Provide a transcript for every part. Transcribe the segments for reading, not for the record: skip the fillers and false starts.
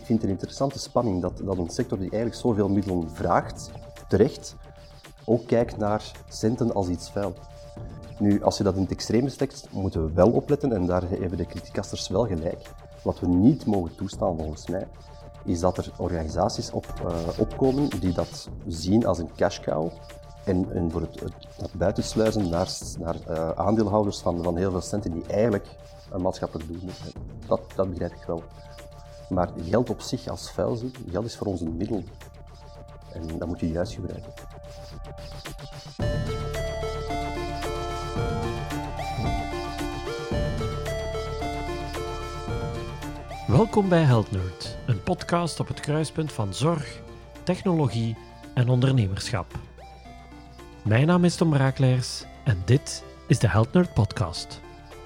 vind het een interessante spanning dat een sector die eigenlijk zoveel middelen vraagt, terecht, ook kijkt naar centen als iets vuil. Nu, als je dat in het extreme steekt, moeten we wel opletten, en daar hebben de criticasters wel gelijk. Wat we niet mogen toestaan, volgens mij, is dat er organisaties opkomen die dat zien als een cash cow en voor het buitensluizen naar aandeelhouders van heel veel centen die eigenlijk een maatschappelijk doel moeten hebben. Dat begrijp ik wel. Maar geld op zich als vuil zien, geld is voor ons een middel. En dat moet je juist gebruiken. Welkom bij Health Nerd, een podcast op het kruispunt van zorg, technologie en ondernemerschap. Mijn naam is Tom Braakleers en dit is de Health Nerd podcast.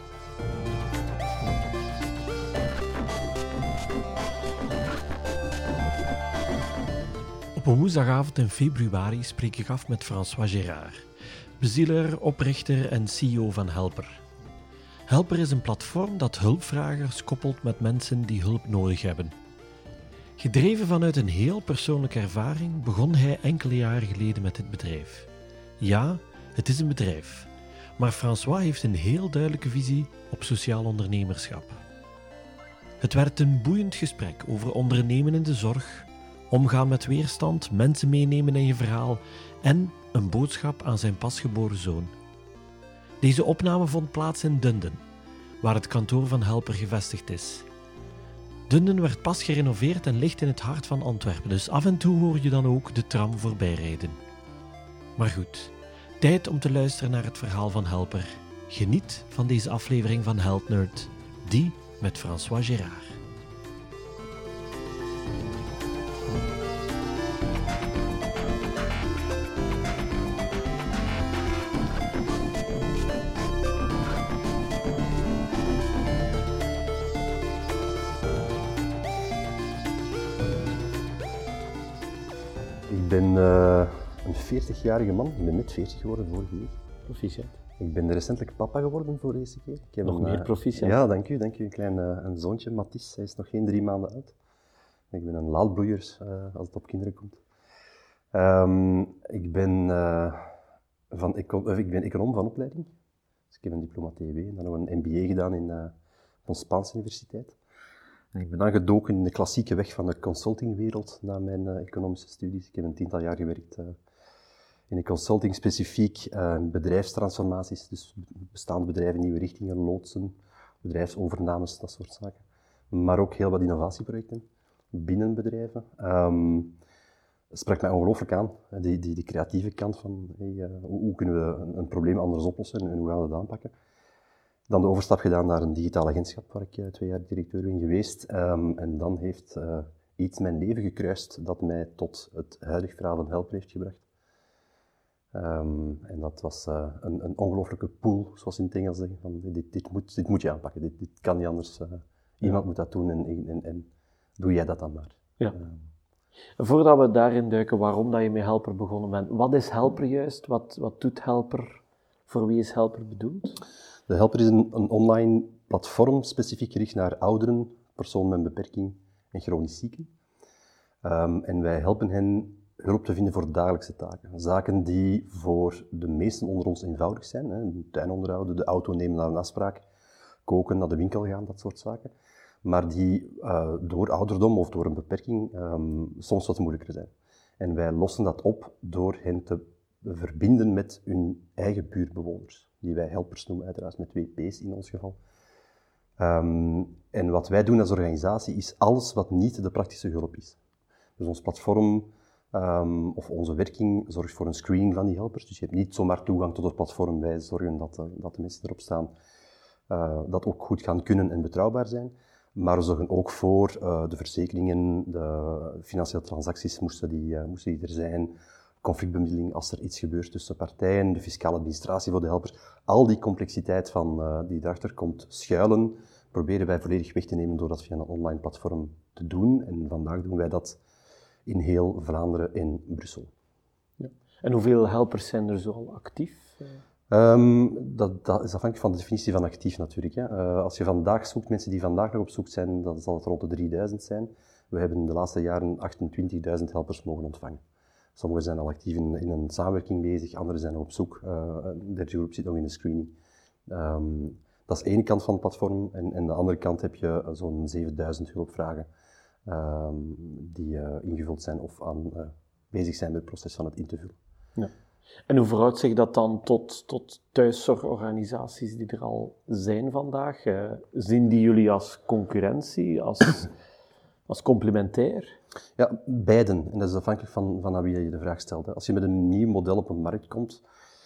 Op een woensdagavond in februari spreek ik af met François Gérard, bezieler, oprichter en CEO van Helper. Helper is een platform dat hulpvragers koppelt met mensen die hulp nodig hebben. Gedreven vanuit een heel persoonlijke ervaring begon hij enkele jaren geleden met dit bedrijf. Ja, het is een bedrijf, maar François heeft een heel duidelijke visie op sociaal ondernemerschap. Het werd een boeiend gesprek over ondernemen in de zorg, omgaan met weerstand, mensen meenemen in je verhaal en een boodschap aan zijn pasgeboren zoon. Deze opname vond plaats in Dunden, waar het kantoor van Helper gevestigd is. Dunden werd pas gerenoveerd en ligt in het hart van Antwerpen, dus af en toe hoor je dan ook de tram voorbijrijden. Maar goed, tijd om te luisteren naar het verhaal van Helper. Geniet van deze aflevering van Health Nerd, die met François Gérard. Ik ben een 40-jarige man. Ik ben net 40 geworden vorige week. Proficiat. Ik ben recentelijk papa geworden voor de eerste keer. Ik heb Nog meer proficiat. Ja, dank u. Een klein een zoontje, Mathis. Hij is nog geen 3 maanden oud. Ik ben een laadbloeier als het op kinderen komt. Ik ben econoom van opleiding. Dus ik heb een diploma TW en dan nog een MBA gedaan in een Spaanse universiteit. En ik ben dan gedoken in de klassieke weg van de consultingwereld na mijn economische studies. Ik heb een 10-tal jaar gewerkt in de consulting, specifiek bedrijfstransformaties, dus bestaande bedrijven, nieuwe richtingen loodsen, bedrijfsovernames, dat soort zaken. Maar ook heel wat innovatieprojecten binnen bedrijven. Dat sprak mij ongelooflijk aan, die creatieve kant van hoe kunnen we een probleem anders oplossen en hoe gaan we dat aanpakken. Dan de overstap gedaan naar een digitaal agentschap, waar ik 2 jaar directeur ben geweest. En dan heeft iets mijn leven gekruist dat mij tot het huidige verhaal van Helper heeft gebracht. En dat was een ongelooflijke pool, zoals in het Engels zeggen. Van, dit moet je aanpakken, dit kan niet anders. Iemand moet dat doen en doe jij dat dan maar. Ja. Voordat we daarin duiken, waarom dat je met Helper begonnen bent. Wat is Helper juist? Wat doet Helper? Voor wie is Helper bedoeld? De Helper is een online platform specifiek gericht naar ouderen, personen met een beperking en chronisch zieken. En wij helpen hen hulp te vinden voor dagelijkse taken. Zaken die voor de meesten onder ons eenvoudig zijn. De tuin onderhouden, de auto nemen naar een afspraak, koken, naar de winkel gaan, dat soort zaken. Maar die door ouderdom of door een beperking soms wat moeilijker zijn. En wij lossen dat op door hen te verbinden met hun eigen buurtbewoners, die wij helpers noemen, uiteraard met 2 P's in ons geval. En wat wij doen als organisatie is alles wat niet de praktische hulp is. Dus ons platform of onze werking zorgt voor een screening van die helpers. Dus je hebt niet zomaar toegang tot het platform. Wij zorgen dat de mensen erop staan dat ook goed gaan kunnen en betrouwbaar zijn. Maar we zorgen ook voor de verzekeringen, de financiële transacties moesten die er zijn, conflictbemiddeling als er iets gebeurt tussen partijen, de fiscale administratie voor de helpers. Al die complexiteit die erachter komt schuilen, proberen wij volledig weg te nemen door dat via een online platform te doen. En vandaag doen wij dat in heel Vlaanderen en Brussel. Ja. En hoeveel helpers zijn er zo al actief? Dat is afhankelijk van de definitie van actief natuurlijk. Hè. Als je vandaag zoekt, mensen die vandaag nog op zoek zijn, dan zal het rond de 3000 zijn. We hebben de laatste jaren 28.000 helpers mogen ontvangen. Sommigen zijn al actief in een samenwerking bezig, anderen zijn nog op zoek. Een derde groep zit nog in de screening. Dat is de ene kant van het platform. En aan de andere kant heb je zo'n 7.000 hulpvragen die ingevuld zijn of bezig zijn met het proces van het in te vullen. Ja. En hoe verhoudt zich dat dan tot thuiszorgorganisaties die er al zijn vandaag? Zien die jullie als concurrentie, als complementair? Ja, beiden. En dat is afhankelijk van aan wie je de vraag stelt. Hè. Als je met een nieuw model op een markt komt,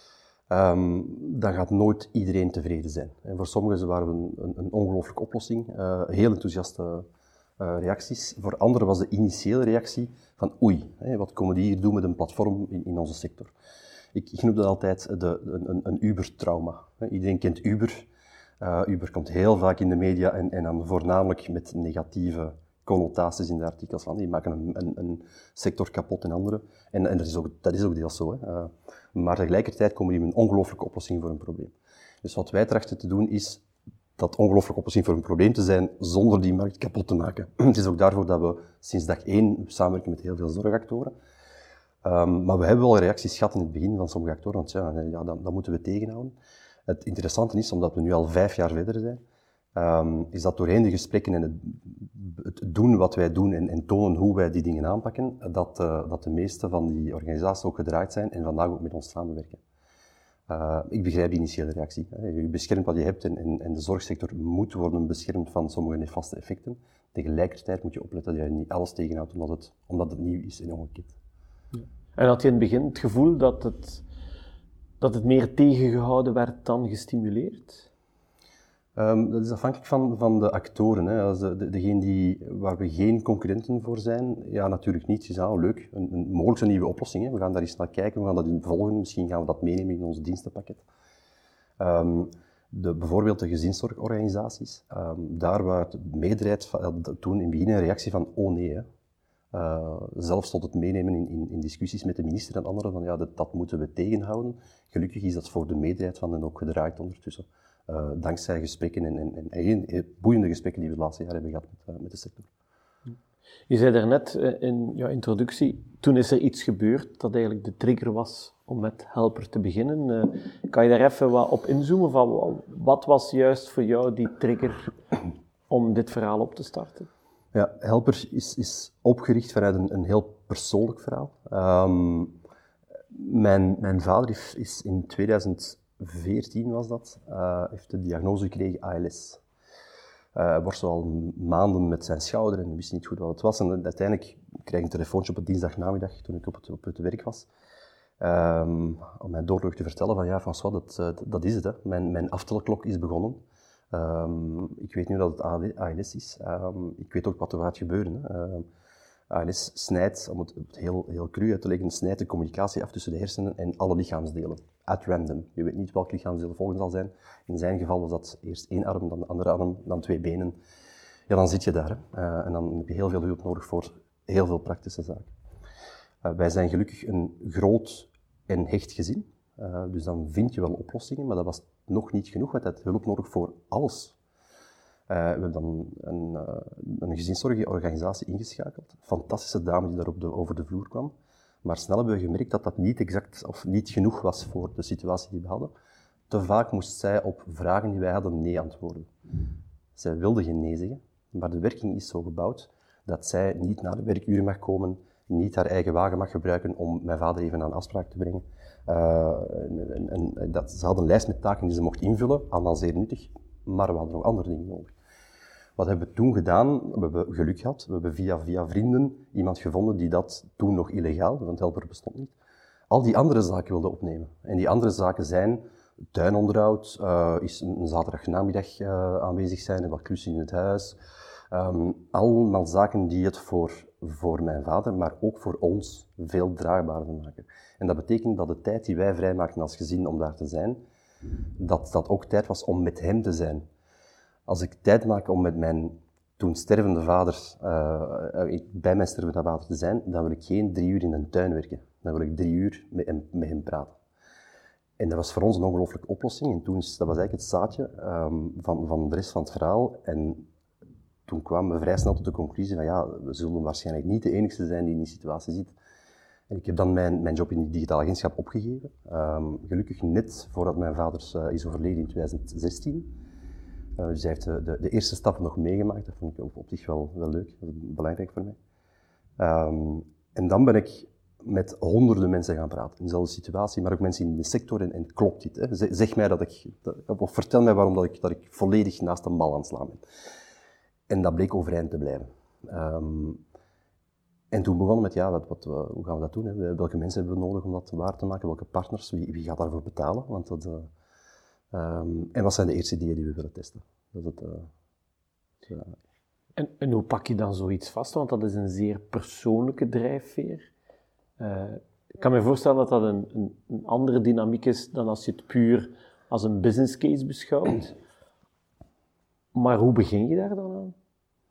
dan gaat nooit iedereen tevreden zijn. En voor sommigen waren we een ongelooflijke oplossing, heel enthousiaste reacties. Voor anderen was de initiële reactie van oei, wat komen die hier doen met een platform in onze sector. Ik noem dat altijd een Uber-trauma. Iedereen kent Uber. Uber komt heel vaak in de media en dan voornamelijk met negatieve connotaties in de artikels van die maken een sector kapot en andere. En dat is ook deels zo. Hè. Maar tegelijkertijd komen die met een ongelooflijke oplossing voor een probleem. Dus wat wij trachten te doen is dat ongelooflijke oplossing voor een probleem te zijn zonder die markt kapot te maken. Het is ook daarvoor dat we sinds dag 1 samenwerken met heel veel zorgactoren. Maar we hebben wel reacties gehad in het begin van sommige actoren, want ja, dat moeten we tegenhouden. Het interessante is, omdat we nu al 5 jaar verder zijn, is dat doorheen de gesprekken en het doen wat wij doen en tonen hoe wij die dingen aanpakken, dat de meeste van die organisaties ook gedraaid zijn en vandaag ook met ons samenwerken. Ik begrijp die initiële reactie. Je beschermt wat je hebt en de zorgsector moet worden beschermd van sommige nefaste effecten. Tegelijkertijd moet je opletten dat je niet alles tegenhoudt omdat het nieuw is en ongekend. Ja. En had je in het begin het gevoel dat het meer tegengehouden werd dan gestimuleerd? Dat is afhankelijk van de actoren. Hè. Als degene waar we geen concurrenten voor zijn, ja, natuurlijk niet. Je zegt, leuk, een mogelijke nieuwe oplossing. Hè. We gaan daar eens naar kijken, we gaan dat in volgen. Misschien gaan we dat meenemen in ons dienstenpakket. Bijvoorbeeld de gezinszorgorganisaties. Daar was de meerderheid toen in het begin een reactie van, oh nee. Hè. Zelfs tot het meenemen in discussies met de minister en anderen, van ja, dat moeten we tegenhouden. Gelukkig is dat voor de meerderheid van hen ook gedraaid ondertussen. Dankzij gesprekken en boeiende gesprekken die we het laatste jaar hebben gehad met de sector. Je zei daarnet in jouw introductie, toen is er iets gebeurd dat eigenlijk de trigger was om met Helper te beginnen. Kan je daar even wat op inzoomen van wat was juist voor jou die trigger om dit verhaal op te starten? Ja, Helper is opgericht vanuit een heel persoonlijk verhaal. Mijn vader is in 2014 was dat, heeft de diagnose gekregen ALS. Hij worstelde al maanden met zijn schouder en wist niet goed wat het was. En uiteindelijk kreeg ik een telefoontje op een dinsdagnamiddag toen ik op het werk was. Om mij doorlucht te vertellen van ja, François, dat is het. Hè. Mijn aftelklok is begonnen. Ik weet nu dat het ALS is. Ik weet ook wat er gaat gebeuren. Hè. ALS snijdt, om het heel cru uit te leggen, snijdt de communicatie af tussen de hersenen en alle lichaamsdelen. At random. Je weet niet welk lichaamsdeel de volgende zal zijn. In zijn geval was dat eerst 1 arm, dan de andere arm, dan 2 benen. Ja, dan zit je daar. Hè. En dan heb je heel veel hulp nodig voor heel veel praktische zaken. Wij zijn gelukkig een groot en hecht gezin. Dus dan vind je wel oplossingen, maar dat was nog niet genoeg, want je had hulp nodig voor alles. We hebben dan een gezinszorgorganisatie ingeschakeld. Fantastische dame die daar over de vloer kwam. Maar snel hebben we gemerkt dat dat niet exact of niet genoeg was voor de situatie die we hadden. Te vaak moest zij op vragen die wij hadden nee antwoorden. Zij wilde geen nee zeggen, maar de werking is zo gebouwd dat zij niet na de werkuren mag komen, niet haar eigen wagen mag gebruiken om mijn vader even aan afspraak te brengen. Ze hadden een lijst met taken die ze mocht invullen, allemaal zeer nuttig, maar we hadden nog andere dingen nodig. Wat hebben we toen gedaan? We hebben geluk gehad. We hebben via vrienden iemand gevonden die dat toen nog illegaal, want Helper bestond niet, al die andere zaken wilde opnemen. En die andere zaken zijn tuinonderhoud, is een zaterdagnamiddag aanwezig zijn en wat klussen in het huis. Allemaal zaken die het voor mijn vader, maar ook voor ons veel draagbaarder maken. En dat betekent dat de tijd die wij vrijmaakten als gezin om daar te zijn, dat ook tijd was om met hem te zijn. Als ik tijd maak om met mijn toen stervende vader, bij mijn stervende vader te zijn, dan wil ik geen 3 uur in een tuin werken. Dan wil ik 3 uur met hem praten. En dat was voor ons een ongelooflijke oplossing. En toen dat was eigenlijk het zaadje van de rest van het verhaal. En toen kwamen we vrij snel tot de conclusie van ja, we zullen waarschijnlijk niet de enige zijn die in die situatie zit. En ik heb dan mijn job in die digitale agentschap opgegeven. Gelukkig net voordat mijn vader is overleden in 2016. Dus hij heeft de eerste stap nog meegemaakt. Dat vond ik op zich wel leuk, dat is belangrijk voor mij. En dan ben ik met honderden mensen gaan praten, in dezelfde situatie, maar ook mensen in de sector. En klopt dit? Hè? Zeg mij of vertel mij waarom dat ik volledig naast een bal aan het slaan ben. En dat bleek overeind te blijven. En toen begonnen met, ja, hoe gaan we dat doen? Hè? Welke mensen hebben we nodig om dat waar te maken? Welke partners? Wie gaat daarvoor betalen? Want en wat zijn de eerste ideeën die we willen testen? En hoe pak je dan zoiets vast? Want dat is een zeer persoonlijke drijfveer. Ik kan me voorstellen dat dat een andere dynamiek is dan als je het puur als een business case beschouwt. Maar hoe begin je daar dan aan?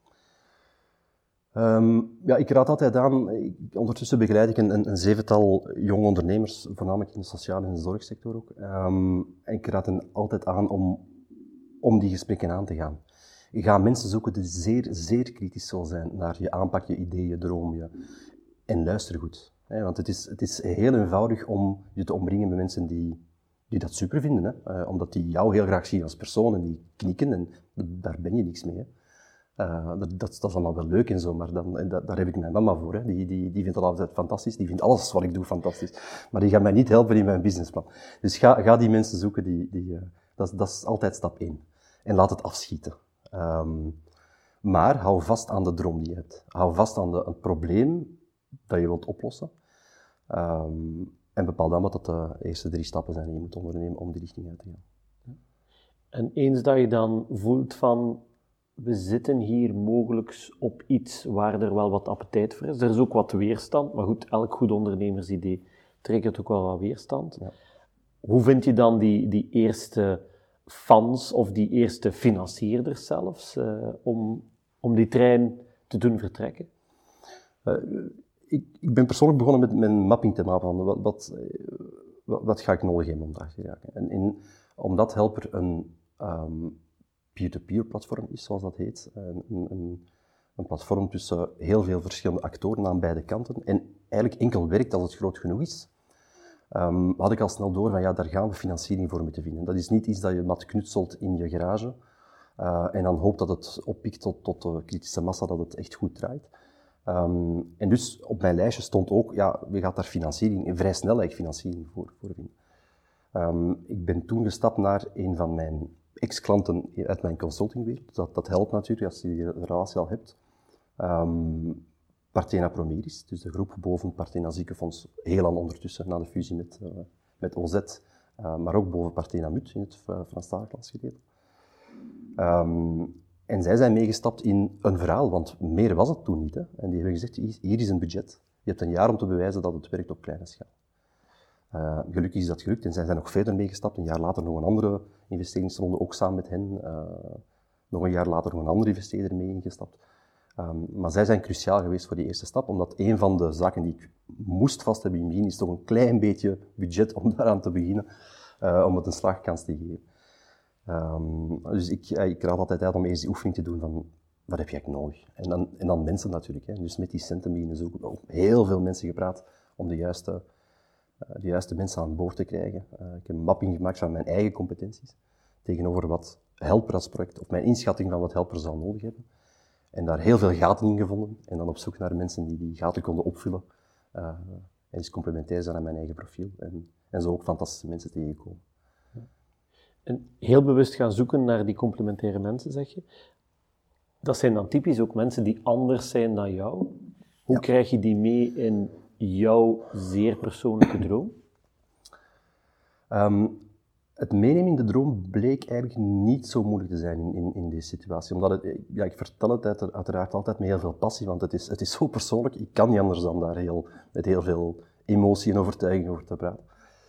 Ja, ik raad altijd aan, ondertussen begeleid ik een zevental jonge ondernemers, voornamelijk in de sociale en de zorgsector ook. En ik raad hen altijd aan om die gesprekken aan te gaan. Je gaat mensen zoeken die zeer, zeer kritisch zullen zijn naar je aanpak, je idee, je droom. En luister goed. Hè, want het is heel eenvoudig om je te omringen met mensen die dat super vinden. Hè, omdat die jou heel graag zien als persoon en die knikken en daar ben je niks mee. Hè. Dat is allemaal wel leuk en zo, maar daar heb ik mijn mama voor. Hè. Die vindt dat altijd fantastisch, die vindt alles wat ik doe fantastisch. Maar die gaat mij niet helpen in mijn businessplan. Dus ga die mensen zoeken, dat is altijd stap 1. En laat het afschieten. Maar hou vast aan de droom die je hebt. Hou vast aan het probleem dat je wilt oplossen. En bepaal dan wat dat de eerste 3 stappen zijn die je moet ondernemen om die richting uit te gaan. En eens dat je dan voelt van, we zitten hier mogelijk op iets waar er wel wat appetijt voor is. Er is ook wat weerstand, maar goed, elk goed ondernemersidee triggert ook wel wat weerstand. Ja. Hoe vind je dan die eerste fans of die eerste financierders zelfs, om die trein te doen vertrekken? Ik ben persoonlijk begonnen met mijn mapping te maken van wat ga ik nodig hebben om daar te geraken. En omdat Helper een peer-to-peer platform is, zoals dat heet, een platform tussen heel veel verschillende actoren aan beide kanten en eigenlijk enkel werkt als het groot genoeg is, had ik al snel door van ja, daar gaan we financiering voor moeten vinden. Dat is niet iets dat je mat knutselt in je garage en dan hoopt dat het oppikt tot de kritische massa, dat het echt goed draait. En dus op mijn lijstje stond ook, ja, we gaan daar vrij snel eigenlijk financiering voor vinden. Ik ben toen gestapt naar een van mijn ex-klanten uit mijn consultingwereld. Dat helpt natuurlijk als je die relatie al hebt. Partena Promeris, dus de groep boven Partena Ziekenfonds, heel lang ondertussen na de fusie met OZ, maar ook boven Partena Mut in het Franstalig landsgedeelte. En zij zijn meegestapt in een verhaal, want meer was het toen niet. Hè. En die hebben gezegd, hier is een budget. Je hebt een jaar om te bewijzen dat het werkt op kleine schaal. Gelukkig is dat gelukt en zij zijn nog verder meegestapt. Een jaar later nog een andere investeringsronde, ook samen met hen. Nog een jaar later nog een andere investeerder mee ingestapt. Maar zij zijn cruciaal geweest voor die eerste stap, omdat een van de zaken die ik moest vast hebben in het begin, is toch een klein beetje budget om daaraan te beginnen, om het een slagkans te geven. Dus ik raad altijd uit om eerst die oefening te doen van, wat heb je eigenlijk nodig? En dan mensen natuurlijk. Hè. Dus met die centen beginnen zoeken. Ook heel veel mensen gepraat om de juiste mensen aan boord te krijgen. Ik heb een mapping gemaakt van mijn eigen competenties tegenover wat Helper als project, of mijn inschatting van wat Helper zal nodig hebben. En daar heel veel gaten in gevonden. En dan op zoek naar mensen die die gaten konden opvullen. En dus complementair zijn aan mijn eigen profiel. En zo ook fantastische mensen tegenkomen. En heel bewust gaan zoeken naar die complementaire mensen, zeg je. Dat zijn dan typisch ook mensen die anders zijn dan jou. Hoe krijg je die mee in jouw zeer persoonlijke droom? Het meenemen in de droom bleek eigenlijk niet zo moeilijk te zijn in deze situatie. Omdat ik vertel het uiteraard altijd met heel veel passie, want het is zo persoonlijk. Ik kan niet anders dan daar met heel veel emotie en overtuiging over te praten.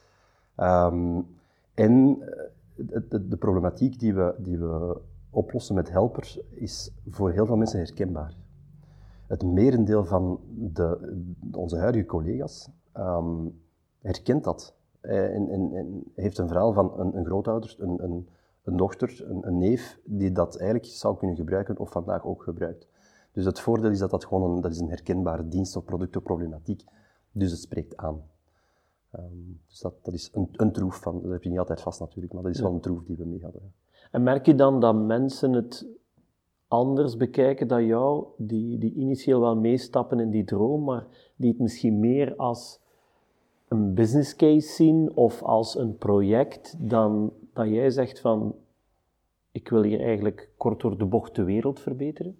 De problematiek die we oplossen met Helper is voor heel veel mensen herkenbaar. Het merendeel van onze huidige collega's herkent dat. En heeft een verhaal van een grootouders, een een dochter, een neef, die dat eigenlijk zou kunnen gebruiken of vandaag ook gebruikt. Dus het voordeel is dat gewoon dat is een herkenbare dienst of product of problematiek, dus het spreekt aan. Dus dat is een troef van, dat heb je niet altijd vast natuurlijk, maar dat is wel een troef die we mee hadden. En merk je dan dat mensen het anders bekijken dan jou, die initieel wel meestappen in die droom, maar die het misschien meer als een business case zien of als een project, dan dat jij zegt van, ik wil hier eigenlijk kort door de bocht de wereld verbeteren?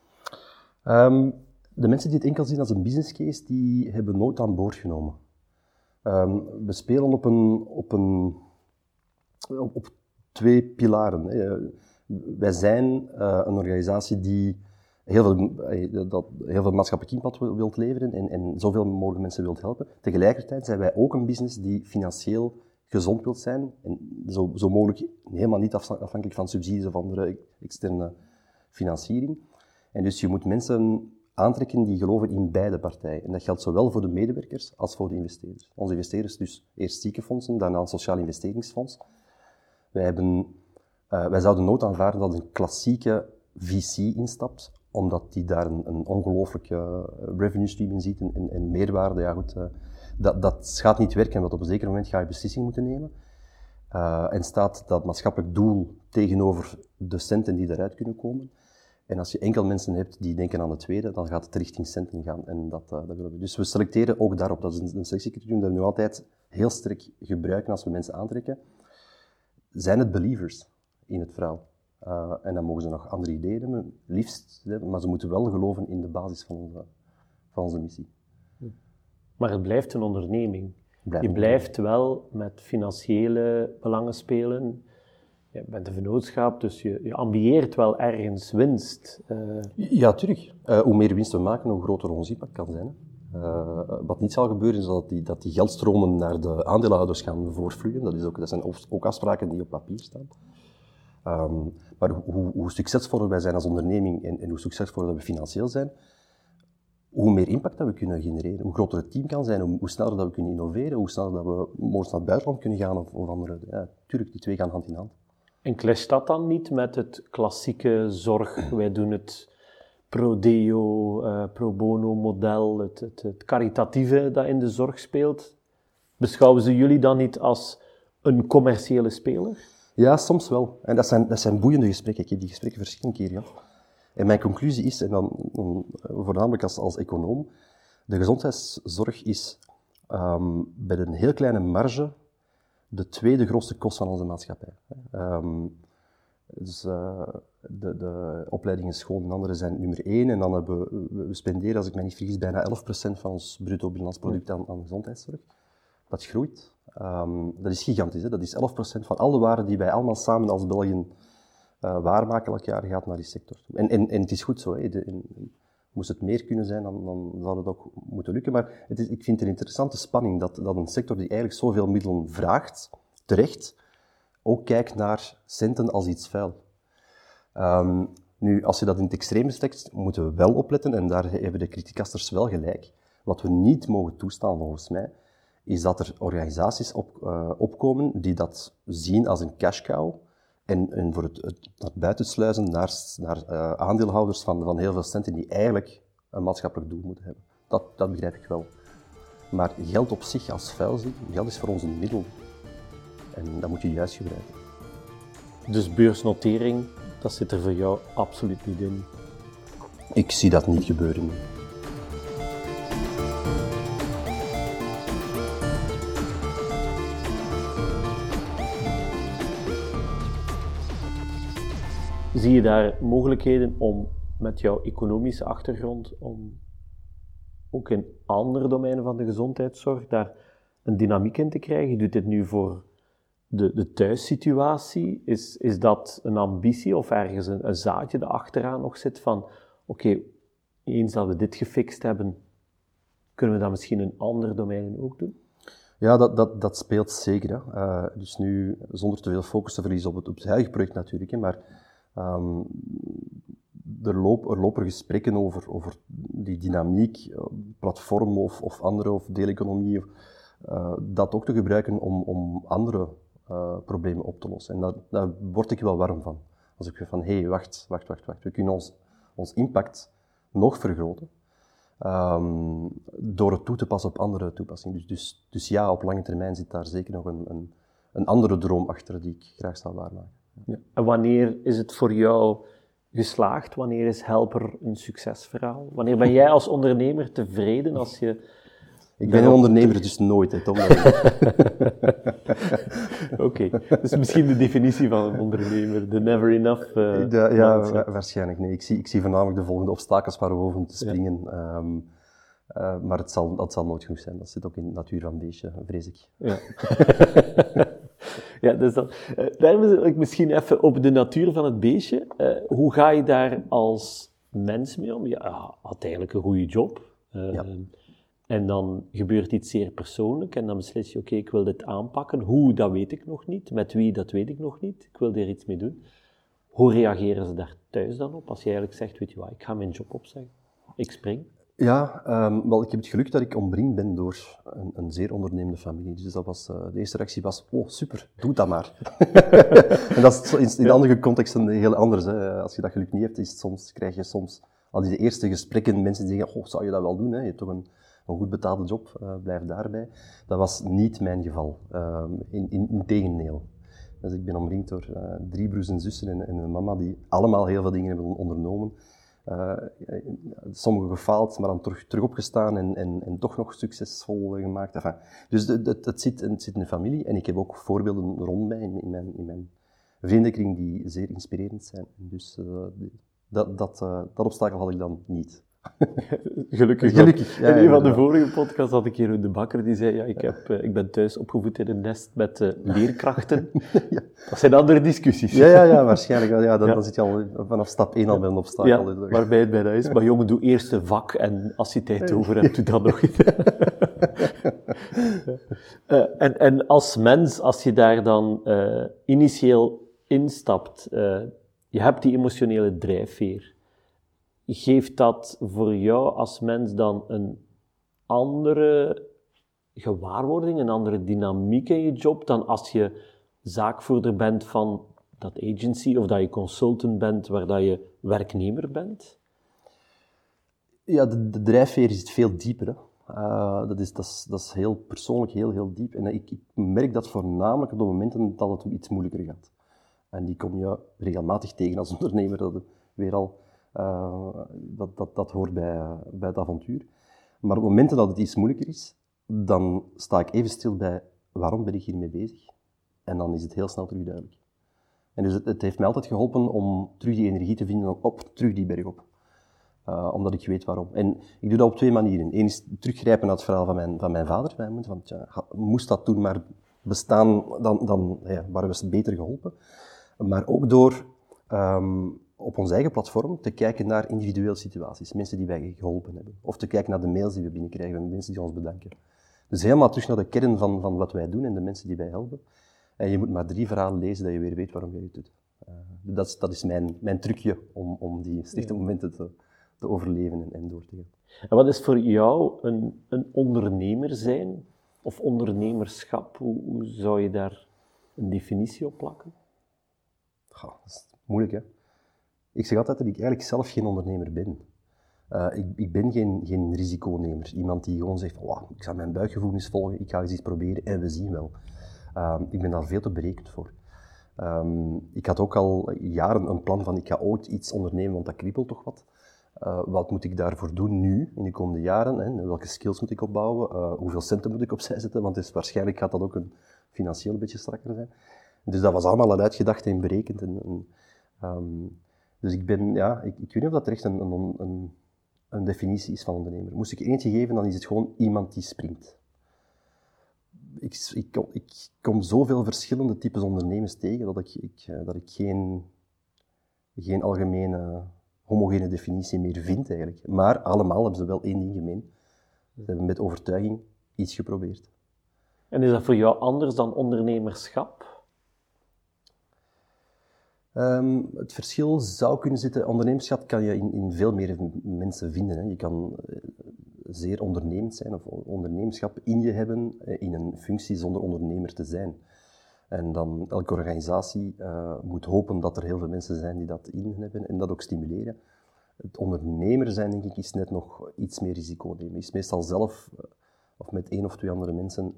De mensen die het enkel zien als een business case, die hebben nooit aan boord genomen. We spelen op twee pilaren. Wij zijn een organisatie die heel veel maatschappelijk impact wilt leveren en zoveel mogelijk mensen wilt helpen. Tegelijkertijd zijn wij ook een business die financieel gezond wilt zijn en zo mogelijk helemaal niet afhankelijk van subsidies of andere externe financiering. En dus je moet mensen aantrekken die geloven in beide partijen. En dat geldt zowel voor de medewerkers als voor de investeerders. Onze investeerders dus eerst ziekenfondsen, daarna een sociaal investeringsfonds. Wij zouden nooit aanvaarden dat een klassieke VC instapt, omdat die daar een ongelooflijke revenue stream in ziet en meerwaarde. Ja, goed, dat gaat niet werken, want op een zeker moment ga je beslissing moeten nemen. En staat dat maatschappelijk doel tegenover de centen die eruit kunnen komen. En als je enkel mensen hebt die denken aan de tweede, dan gaat het richting centen gaan. En dat willen we. Dus we selecteren ook daarop. Dat is een selectiecriterium dat we nu altijd heel sterk gebruiken als we mensen aantrekken. Zijn het believers in het verhaal? En dan mogen ze nog andere ideeën hebben, liefst. Maar ze moeten wel geloven in de basis van onze missie. Maar het blijft een onderneming. Je blijft wel met financiële belangen spelen. Je bent een vennootschap, dus je ambieert wel ergens winst. Ja, tuurlijk. Hoe meer winst we maken, hoe groter ons impact kan zijn. Wat niet zal gebeuren, is dat die geldstromen naar de aandeelhouders gaan voortvloeien. Dat zijn ook afspraken die op papier staan. Maar hoe succesvoller wij zijn als onderneming en hoe succesvoller we financieel zijn, hoe meer impact dat we kunnen genereren, hoe groter het team kan zijn, hoe sneller dat we kunnen innoveren, hoe sneller dat we mogelijk naar het buitenland kunnen gaan of andere. Ja, tuurlijk, die twee gaan hand in hand. En clasht dat dan niet met het klassieke zorg? Wij doen het pro deo, pro bono model, het caritatieve dat in de zorg speelt. Beschouwen ze jullie dan niet als een commerciële speler? Ja, soms wel. En dat zijn boeiende gesprekken. Ik heb die gesprekken verschillende keer gehad. En mijn conclusie is, en dan voornamelijk als econoom, de gezondheidszorg is bij een heel kleine marge de tweede grootste kost van onze maatschappij. Dus de opleidingen school en andere zijn nummer 1. En dan hebben we spenderen, als ik me niet vergis, bijna 11% van ons bruto binnenlands product aan gezondheidszorg. Dat groeit. Dat is gigantisch. Hè? Dat is 11% van alle waarde die wij allemaal samen als Belgen waarmaken elk jaar, gaat naar die sector. En het is goed zo. Hè? Moest het meer kunnen zijn, dan zou het ook moeten lukken. Maar ik vind het een interessante spanning dat een sector die eigenlijk zoveel middelen vraagt, terecht, ook kijkt naar centen als iets vuil. Nu, als je dat in het extreme steekt, moeten we wel opletten, en daar hebben de criticasters wel gelijk. Wat we niet mogen toestaan, volgens mij, is dat er organisaties opkomen die dat zien als een cash cow en voor het buitensluizen naar aandeelhouders van heel veel centen die eigenlijk een maatschappelijk doel moeten hebben. Dat begrijp ik wel. Maar geld op zich als vuil zien, geld is voor ons een middel. En dat moet je juist gebruiken. Dus beursnotering, dat zit er voor jou absoluut niet in? Ik zie dat niet gebeuren. Zie je daar mogelijkheden om met jouw economische achtergrond, om ook in andere domeinen van de gezondheidszorg daar een dynamiek in te krijgen? Je doet dit nu voor de thuissituatie. Is dat een ambitie of ergens een zaadje dat achteraan nog zit van oké, eens dat we dit gefixt hebben, kunnen we dat misschien in andere domeinen ook doen? Ja, dat speelt zeker. Hè. Dus nu, zonder te veel focus te verliezen op het huidige project natuurlijk, hè, maar er lopen gesprekken over die dynamiek, platform of andere, of deeleconomie, dat ook te gebruiken om andere problemen op te lossen. En daar word ik wel warm van. Als ik van, hé, wacht. We kunnen ons impact nog vergroten. Door het toe te passen op andere toepassingen. Dus ja, op lange termijn zit daar zeker nog een andere droom achter die ik graag zal waarmaken. Ja. En wanneer is het voor jou geslaagd? Wanneer is Helper een succesverhaal? Wanneer ben jij als ondernemer tevreden als je... Ik ben een ondernemer, dus nooit, hè, Tom. Oké, dus misschien de definitie van een ondernemer, de never enough... Waarschijnlijk. Nee, ik zie voornamelijk de volgende obstakels waar we over moeten springen. Ja. Maar dat zal nooit genoeg zijn. Dat zit ook in de natuur van het beestje, vrees ik. Ja. Ja, dus daarom wil ik misschien even op de natuur van het beestje. Hoe ga je daar als mens mee om? Je had eigenlijk een goede job. Ja. En dan gebeurt iets zeer persoonlijk en dan beslis je, oké, ik wil dit aanpakken. Hoe, dat weet ik nog niet. Met wie, dat weet ik nog niet. Ik wil er iets mee doen. Hoe reageren ze daar thuis dan op? Als je eigenlijk zegt, weet je wat, ik ga mijn job opzeggen. Ik spring. Ja, wel, ik heb het geluk dat ik omringd ben door een zeer ondernemende familie. Dus dat was, de eerste reactie was, oh, super, doe dat maar. En dat is in andere contexten heel anders. Hè. Als je dat geluk niet hebt, krijg je soms al die eerste gesprekken, mensen die zeggen, oh, zou je dat wel doen? Hè? Je hebt toch een goed betaalde job, blijf daarbij. Dat was niet mijn geval, in tegendeel. Dus ik ben omringd door 3 broers en zussen en een mama die allemaal heel veel dingen hebben ondernomen. Sommigen gefaald, maar dan terug opgestaan en toch nog succesvol gemaakt. Enfin, dus het zit in de familie en ik heb ook voorbeelden rond mij in mijn vriendenkring die zeer inspirerend zijn. Dus dat obstakel had ik dan niet. Gelukkig. Ja, in een van de ja. vorige podcasts had ik hier de bakker die zei, ja, ik ben thuis opgevoed in een nest met leerkrachten. Ja. Dat zijn andere discussies. Ja, waarschijnlijk. Ja, dan zit je al vanaf stap 1 al bij een obstakel. Ja, waarbij het bijna is. Maar jongen, doe eerst een vak en als je tijd over hebt, doe dat nog eens. En als mens, als je daar dan initieel instapt, je hebt die emotionele drijfveer. Geeft dat voor jou als mens dan een andere gewaarwording, een andere dynamiek in je job dan als je zaakvoerder bent van dat agency of dat je consultant bent waar dat je werknemer bent? Ja, de drijfveer zit veel dieper. Hè. Dat is heel persoonlijk, heel diep. En ik merk dat voornamelijk op de momenten dat het iets moeilijker gaat. En die kom je regelmatig tegen als ondernemer, dat weer al... dat hoort bij het avontuur. Maar op momenten dat het iets moeilijker is, dan sta ik even stil bij waarom ben ik hiermee bezig? En dan is het heel snel terug duidelijk. En dus het heeft mij altijd geholpen om terug die energie te vinden terug die berg op. Omdat ik weet waarom. En ik doe dat op 2 manieren. Eén is teruggrijpen naar het verhaal van mijn vader. Want ja, moest dat toen maar bestaan, dan waren we beter geholpen. Maar ook door... op ons eigen platform te kijken naar individuele situaties, mensen die wij geholpen hebben. Of te kijken naar de mails die we binnenkrijgen, mensen die ons bedanken. Dus helemaal terug naar de kern van wat wij doen en de mensen die wij helpen. En je moet maar 3 verhalen lezen dat je weer weet waarom jij het doet. Dat is mijn trucje om die slechte momenten te overleven en door te gaan. En wat is voor jou een ondernemer zijn? Of ondernemerschap? Hoe zou je daar een definitie op plakken? Dat is moeilijk, hè. Ik zeg altijd dat ik eigenlijk zelf geen ondernemer ben. Ik ben geen risiconemer. Iemand die gewoon zegt, wow, ik zal mijn buikgevoel eens volgen, ik ga eens iets proberen en we zien wel. Ik ben daar veel te berekend voor. Ik had ook al jaren een plan van, ik ga ooit iets ondernemen, want dat kriebelt toch wat. Wat moet ik daarvoor doen nu, in de komende jaren? Hè? Welke skills moet ik opbouwen? Hoeveel centen moet ik opzij zetten? Want dus waarschijnlijk gaat dat ook financieel een beetje strakker zijn. Dus dat was allemaal al uitgedacht en berekend. Dus ik weet niet of dat echt een definitie is van ondernemer. Moest ik eentje geven, dan is het gewoon iemand die springt. Ik kom zoveel verschillende types ondernemers tegen dat ik geen algemene, homogene definitie meer vind eigenlijk. Maar allemaal hebben ze wel één ding gemeen. Ze hebben met overtuiging iets geprobeerd. En is dat voor jou anders dan ondernemerschap? Het verschil zou kunnen zitten, ondernemerschap kan je in veel meer mensen vinden. Hè. Je kan zeer ondernemend zijn of ondernemerschap in je hebben in een functie zonder ondernemer te zijn. En dan elke organisatie moet hopen dat er heel veel mensen zijn die dat in hebben en dat ook stimuleren. Het ondernemer zijn, denk ik, is net nog iets meer risico nemen. Is meestal zelf, of met 1 of 2 andere mensen,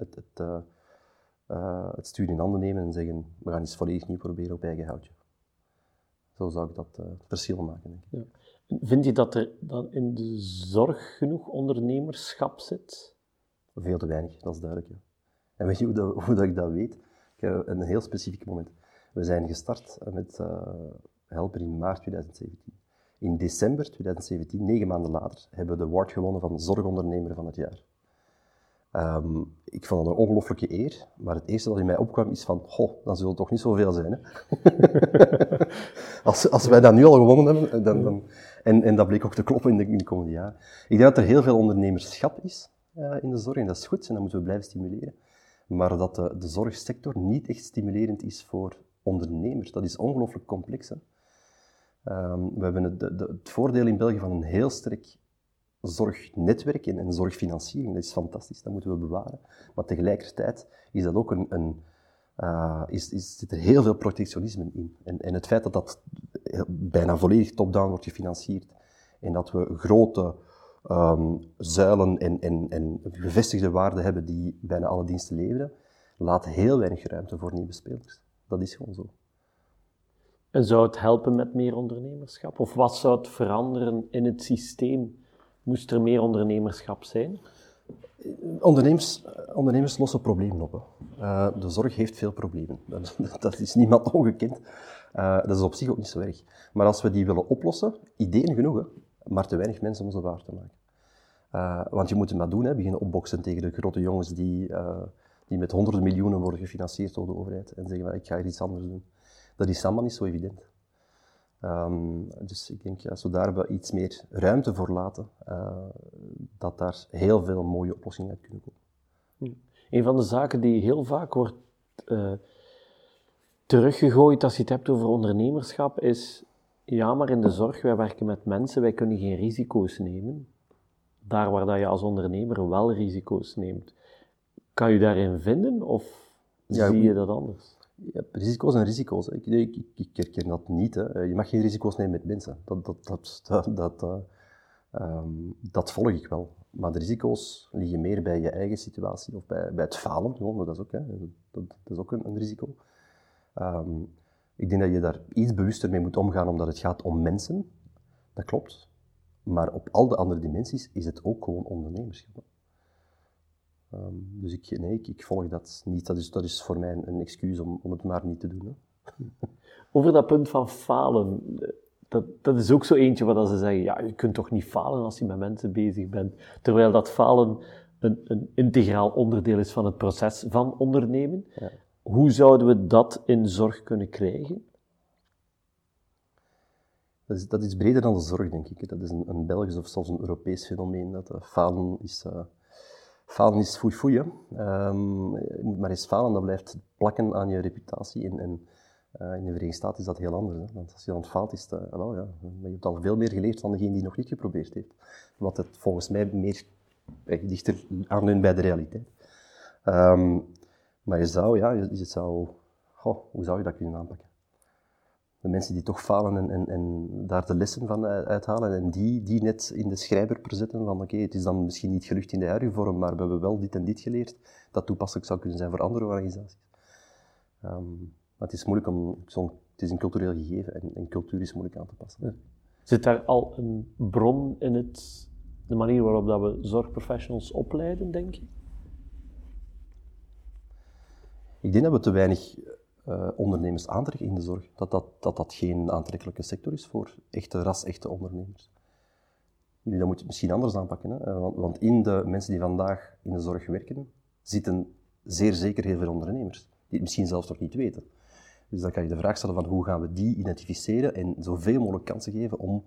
het stuur in handen nemen en zeggen, we gaan iets volledig nieuw proberen op eigen houtje. Zo zou ik dat verschil maken, denk ik. Ja. Vind je dat er dan in de zorg genoeg ondernemerschap zit? Veel te weinig, dat is duidelijk. Ja. En weet je hoe dat ik dat weet? Ik heb een heel specifiek moment. We zijn gestart met Helper in maart 2017. In december 2017, 9 maanden later, hebben we de award gewonnen van Zorgondernemer van het jaar. Ik vond dat een ongelooflijke eer, maar het eerste dat in mij opkwam is van, dan zullen het toch niet zoveel zijn, hè? als wij dat nu al gewonnen hebben, dan en dat bleek ook te kloppen in de komende jaren. Ik denk dat er heel veel ondernemerschap is in de zorg, en dat is goed, en dat moeten we blijven stimuleren. Maar dat de zorgsector niet echt stimulerend is voor ondernemers. Dat is ongelooflijk complex, hè? We hebben het voordeel in België van een heel sterk zorgnetwerk en zorgfinanciering. Dat is fantastisch, dat moeten we bewaren. Maar tegelijkertijd is dat ook zit er heel veel protectionisme in. En het feit dat dat bijna volledig top-down wordt gefinancierd en dat we grote zuilen en gevestigde waarden hebben die bijna alle diensten leveren, laat heel weinig ruimte voor nieuwe spelers. Dat is gewoon zo. En zou het helpen met meer ondernemerschap? Of wat zou het veranderen in het systeem? Moest er meer ondernemerschap zijn? Ondernemers lossen problemen op. Hè. De zorg heeft veel problemen. Dat is niemand ongekend. Dat is op zich ook niet zo erg. Maar als we die willen oplossen, ideeën genoeg, hè, maar te weinig mensen om ze waar te maken. Want je moet het maar doen, hè, beginnen opboksen tegen de grote jongens die met honderden miljoenen worden gefinancierd door de overheid en zeggen, ik ga hier iets anders doen. Dat is allemaal niet zo evident. Dus ik denk, als we daar iets meer ruimte voor laten, dat daar heel veel mooie oplossingen uit kunnen komen. Een van de zaken die heel vaak wordt teruggegooid als je het hebt over ondernemerschap is, ja, maar in de zorg, wij werken met mensen, wij kunnen geen risico's nemen. Daar waar dat je als ondernemer wel risico's neemt. Kan je daarin vinden of zie je dat anders? Ja, risico's en risico's. Ik herken dat niet. Hè. Je mag geen risico's nemen met mensen. Dat volg ik wel. Maar de risico's liggen meer bij je eigen situatie of bij het falen. Dat is ook, hè. Dat is ook een risico. Ik denk dat je daar iets bewuster mee moet omgaan, omdat het gaat om mensen. Dat klopt. Maar op al de andere dimensies is het ook gewoon ondernemerschap. Dus ik volg dat niet. Dat is voor mij een excuus om het maar niet te doen. Hè. Over dat punt van falen, dat is ook zo eentje waar ze zeggen, ja, je kunt toch niet falen als je met mensen bezig bent. Terwijl dat falen een integraal onderdeel is van het proces van ondernemen. Ja. Hoe zouden we dat in zorg kunnen krijgen? Dat is breder dan de zorg, denk ik. Dat is een Belgisch of zelfs een Europees fenomeen. Dat falen is foei-foei, hè. Je moet maar eens falen, dat blijft plakken aan je reputatie. En in de Verenigde Staten is dat heel anders. Hè. Want als je dan faalt, is het, je hebt al veel meer geleerd dan degene die nog niet geprobeerd heeft. Wat het volgens mij meer dichter aanleunt bij de realiteit. Maar hoe zou je dat kunnen aanpakken? De mensen die toch falen en daar de lessen van uithalen en die net in de schrijver zetten van oké, het is dan misschien niet gelukt in de huidige vorm, maar we hebben wel dit en dit geleerd, dat toepasselijk zou kunnen zijn voor andere organisaties. Maar het is moeilijk het is een cultureel gegeven en cultuur is moeilijk aan te passen. Ja. Zit daar al een bron in de manier waarop dat we zorgprofessionals opleiden, denk je? Ik denk dat we te weinig ondernemers aantrekken in de zorg, dat geen aantrekkelijke sector is voor echte ondernemers. Nu, dat moet je misschien anders aanpakken, hè? Want in de mensen die vandaag in de zorg werken, zitten zeer zeker heel veel ondernemers, die het misschien zelfs nog niet weten. Dus dan kan je de vraag stellen van hoe gaan we die identificeren en zoveel mogelijk kansen geven om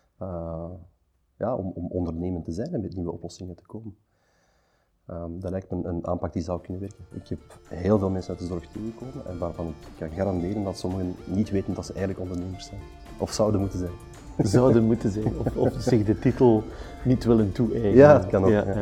ondernemend te zijn en met nieuwe oplossingen te komen. Dat lijkt me een aanpak die zou kunnen werken. Ik heb heel veel mensen uit de zorg tegengekomen en waarvan ik kan garanderen dat sommigen niet weten dat ze eigenlijk ondernemers zijn. Of zouden moeten zijn. Zouden moeten zijn, of zich de titel niet willen toe-eigenen. Ja, dat kan ook. Ja.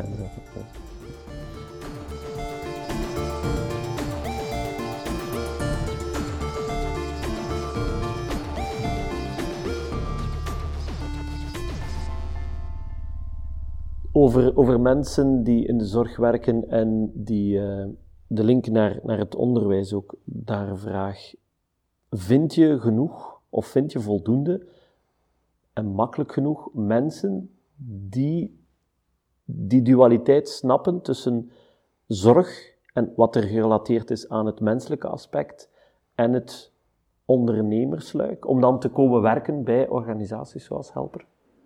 Over mensen die in de zorg werken en die de link naar het onderwijs ook daar vraag. Vind je genoeg of vind je voldoende en makkelijk genoeg mensen die dualiteit snappen tussen zorg en wat er gerelateerd is aan het menselijke aspect en het ondernemersluik, om dan te komen werken bij organisaties zoals Helper?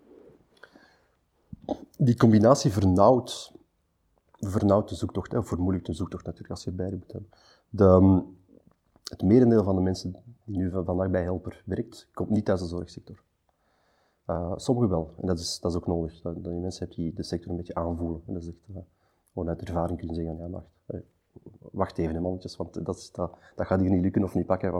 Die combinatie vernauwt de zoektocht, of vermoeilijkt de zoektocht natuurlijk als je beide moet hebben. Het merendeel van de mensen die nu vandaag bij Helper werkt, komt niet uit de zorgsector. Sommigen wel, en dat is ook nodig, dat je mensen hebt die de sector een beetje aanvoelen. En dat is echt gewoon uit ervaring kunnen zeggen, ja, wacht even, mannetjes, want dat gaat hier niet lukken of niet pakken.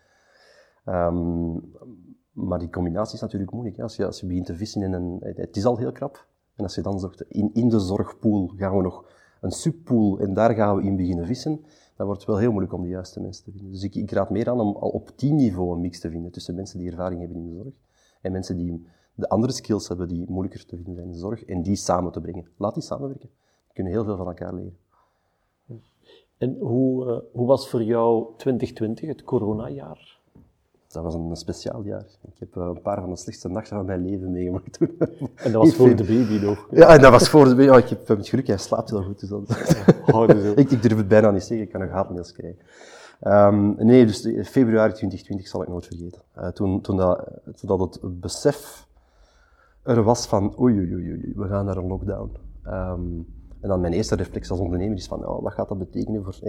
Maar die combinatie is natuurlijk moeilijk. Hè? Als je begint te vissen in het is al heel krap, en als je dan zegt, in de zorgpool gaan we nog een subpool en daar gaan we in beginnen vissen, dan wordt het wel heel moeilijk om de juiste mensen te vinden. Dus ik raad meer aan om al op teamniveau een mix te vinden tussen mensen die ervaring hebben in de zorg en mensen die de andere skills hebben die moeilijker te vinden zijn in de zorg en die samen te brengen. Laat die samenwerken. We kunnen heel veel van elkaar leren. En hoe was voor jou 2020, het coronajaar? Dat was een speciaal jaar. Ik heb een paar van de slechtste nachten van mijn leven meegemaakt toen. En dat was voor de baby nog? Ja, en dat was voor de baby. Ik heb het geluk, hij slaapt heel goed. Dus ik durf het bijna niet zeggen, ik kan nog haatmails krijgen. Nee, dus februari 2020 zal ik nooit vergeten. Toen dat het besef er was van oei, we gaan naar een lockdown. En dan mijn eerste reflex als ondernemer is van, wat gaat dat betekenen voor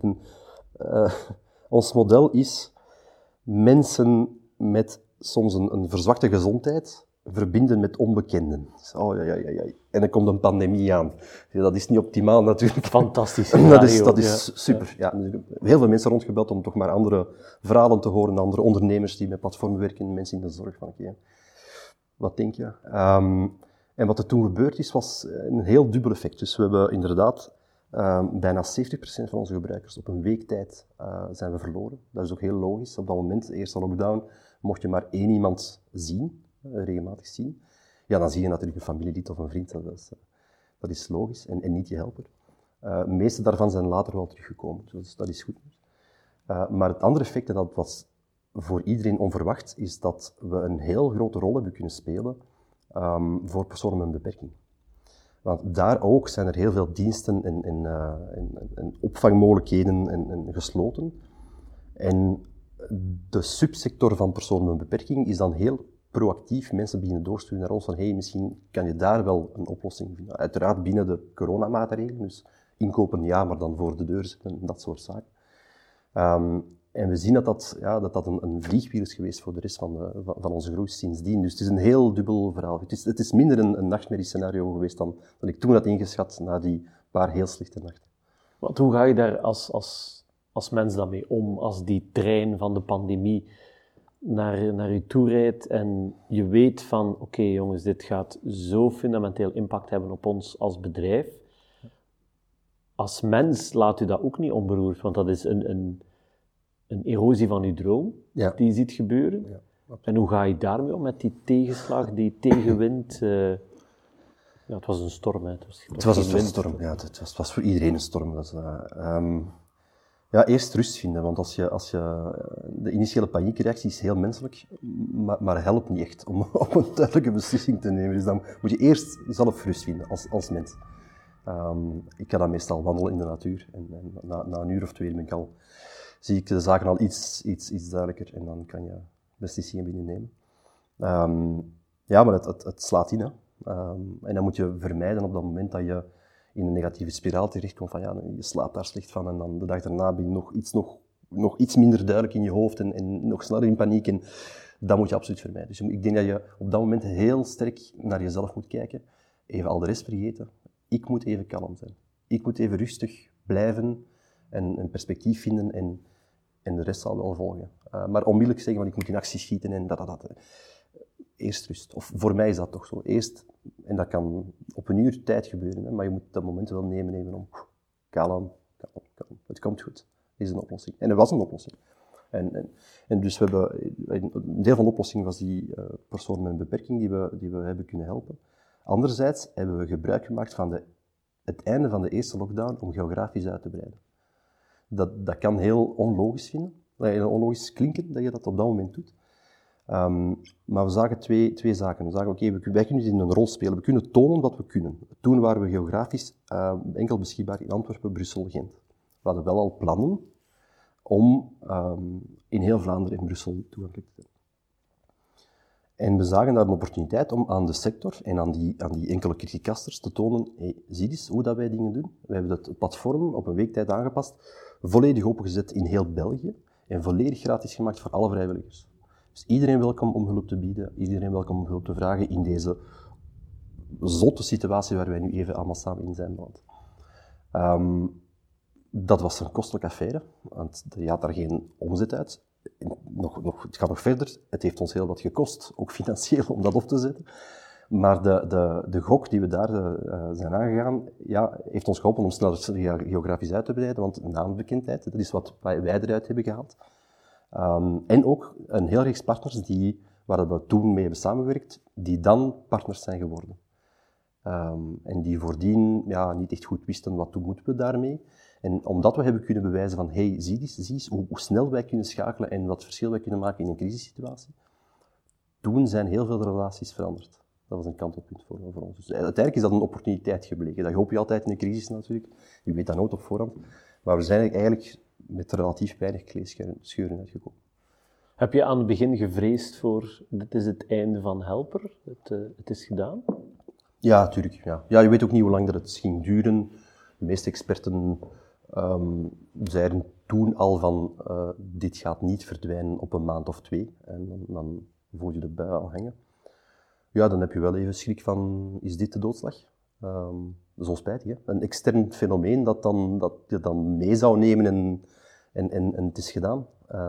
ons model is mensen met soms een verzwakte gezondheid verbinden met onbekenden. Dus, en er komt een pandemie aan. Dat is niet optimaal natuurlijk. Fantastisch. Dat is super. Ja. Heel veel mensen rondgebeld om toch maar andere verhalen te horen, andere ondernemers die met platformen werken, mensen in de zorg. Van, wat denk je? En wat er toen gebeurd is, was een heel dubbel effect. Dus we hebben inderdaad bijna 70% van onze gebruikers op een week tijd zijn we verloren. Dat is ook heel logisch. Op dat moment, de eerste lockdown, mocht je maar 1 iemand zien, regelmatig zien. Ja, dan zie je natuurlijk een familielid of een vriend. Dat is logisch. En niet je helper. De meeste daarvan zijn later wel teruggekomen. Dus dat is goed. Maar het andere effect, en dat was voor iedereen onverwacht, is dat we een heel grote rol hebben kunnen spelen voor personen met een beperking. Want daar ook zijn er heel veel diensten en opvangmogelijkheden en gesloten. En de subsector van personen met een beperking is dan heel proactief mensen beginnen doorsturen naar ons van misschien kan je daar wel een oplossing vinden. Uiteraard binnen de coronamaatregelen, dus inkopen ja, maar dan voor de deur zitten en dat soort zaken. En we zien dat een vliegwiel is geweest voor de rest van onze groei sindsdien. Dus het is een heel dubbel verhaal. Het is minder een nachtmerriescenario geweest dan ik toen had ingeschat na die paar heel slechte nachten. Want hoe ga je daar als mens dan mee om, als die trein van de pandemie naar je toe rijdt en je weet van, oké, jongens, dit gaat zo fundamenteel impact hebben op ons als bedrijf. Als mens laat u dat ook niet onberoerd, want dat is een erosie van uw droom die je ziet gebeuren. Ja, en hoe ga je daarmee om, met die tegenslag, die tegenwind? Het was een storm, hè. Het was een storm, ja. Het was voor iedereen een storm. Eerst rust vinden, want als je de initiële paniekreactie is heel menselijk, maar helpt niet echt om een duidelijke beslissing te nemen. Dus dan moet je eerst zelf rust vinden, als mens. Ik ga dan meestal wandelen in de natuur en na een uur of 2 zie ik de zaken al iets duidelijker en dan kan je beslissingen binnennemen. Maar het slaat in. Hè. En dan moet je vermijden op dat moment dat je in een negatieve spiraal terechtkomt van je slaapt daar slecht van en dan de dag daarna ben je nog iets minder duidelijk in je hoofd en nog sneller in paniek. En dat moet je absoluut vermijden. Dus ik denk dat je op dat moment heel sterk naar jezelf moet kijken. Even al de rest vergeten. Ik moet even kalm zijn. Ik moet even rustig blijven en een perspectief vinden en de rest zal wel volgen. Maar onmiddellijk zeggen, want ik moet in actie schieten en dat. Eerst rust. Of voor mij is dat toch zo. Eerst, en dat kan op een uur tijd gebeuren, hè, maar je moet dat moment wel nemen om kalm. Het komt goed. Er is een oplossing. En er was een oplossing. En dus we hebben, een deel van de oplossing was die persoon met een beperking die we hebben kunnen helpen. Anderzijds hebben we gebruik gemaakt van het einde van de eerste lockdown om geografisch uit te breiden. Dat kan heel onlogisch onlogisch klinken dat je dat op dat moment doet. Maar we zagen twee zaken. We zagen, wij kunnen in een rol spelen. We kunnen tonen wat we kunnen. Toen waren we geografisch enkel beschikbaar in Antwerpen, Brussel, Gent. We hadden wel al plannen om in heel Vlaanderen en Brussel toegankelijk te zijn. En we zagen daar een opportuniteit om aan de sector en aan die enkele criticasters te tonen, hey, zie eens hoe dat wij dingen doen. We hebben het platform op een week tijd aangepast, volledig opengezet in heel België en volledig gratis gemaakt voor alle vrijwilligers. Dus iedereen welkom om hulp te bieden, iedereen welkom om hulp te vragen in deze zotte situatie waar wij nu even allemaal samen in zijn beland. Dat was een kostelijke affaire, want je had daar geen omzet uit. Het gaat nog verder, het heeft ons heel wat gekost, ook financieel, om dat op te zetten. Maar de gok die we daar zijn aangegaan, heeft ons geholpen om sneller geografisch uit te breiden, want naambekendheid, dat is wat wij eruit hebben gehaald. En ook een heel reeks partners waar we toen mee hebben samengewerkt, die dan partners zijn geworden. En die voordien niet echt goed wisten wat moeten we daarmee. En omdat we hebben kunnen bewijzen van, hey, zie eens hoe snel wij kunnen schakelen en wat verschil wij kunnen maken in een crisissituatie, toen zijn heel veel relaties veranderd. Dat was een kantelpunt voor ons. Dus uiteindelijk is dat een opportuniteit gebleken. Dat hoop je altijd in een crisis natuurlijk. Je weet dat nooit op voorhand. Maar we zijn eigenlijk met relatief weinig kleescheuren uitgekomen. Heb je aan het begin gevreesd voor, dit is het einde van Helper? Het is gedaan? Ja, natuurlijk. Ja, je weet ook niet hoe lang dat het ging duren. De meeste experten zeiden toen al van, dit gaat niet verdwijnen op een maand of 2. En dan voel je de bui al hangen. Ja, dan heb je wel even schrik van, is dit de doodslag? Dat is onspijtig, hè? Een extern fenomeen dat je dan mee zou nemen en het is gedaan.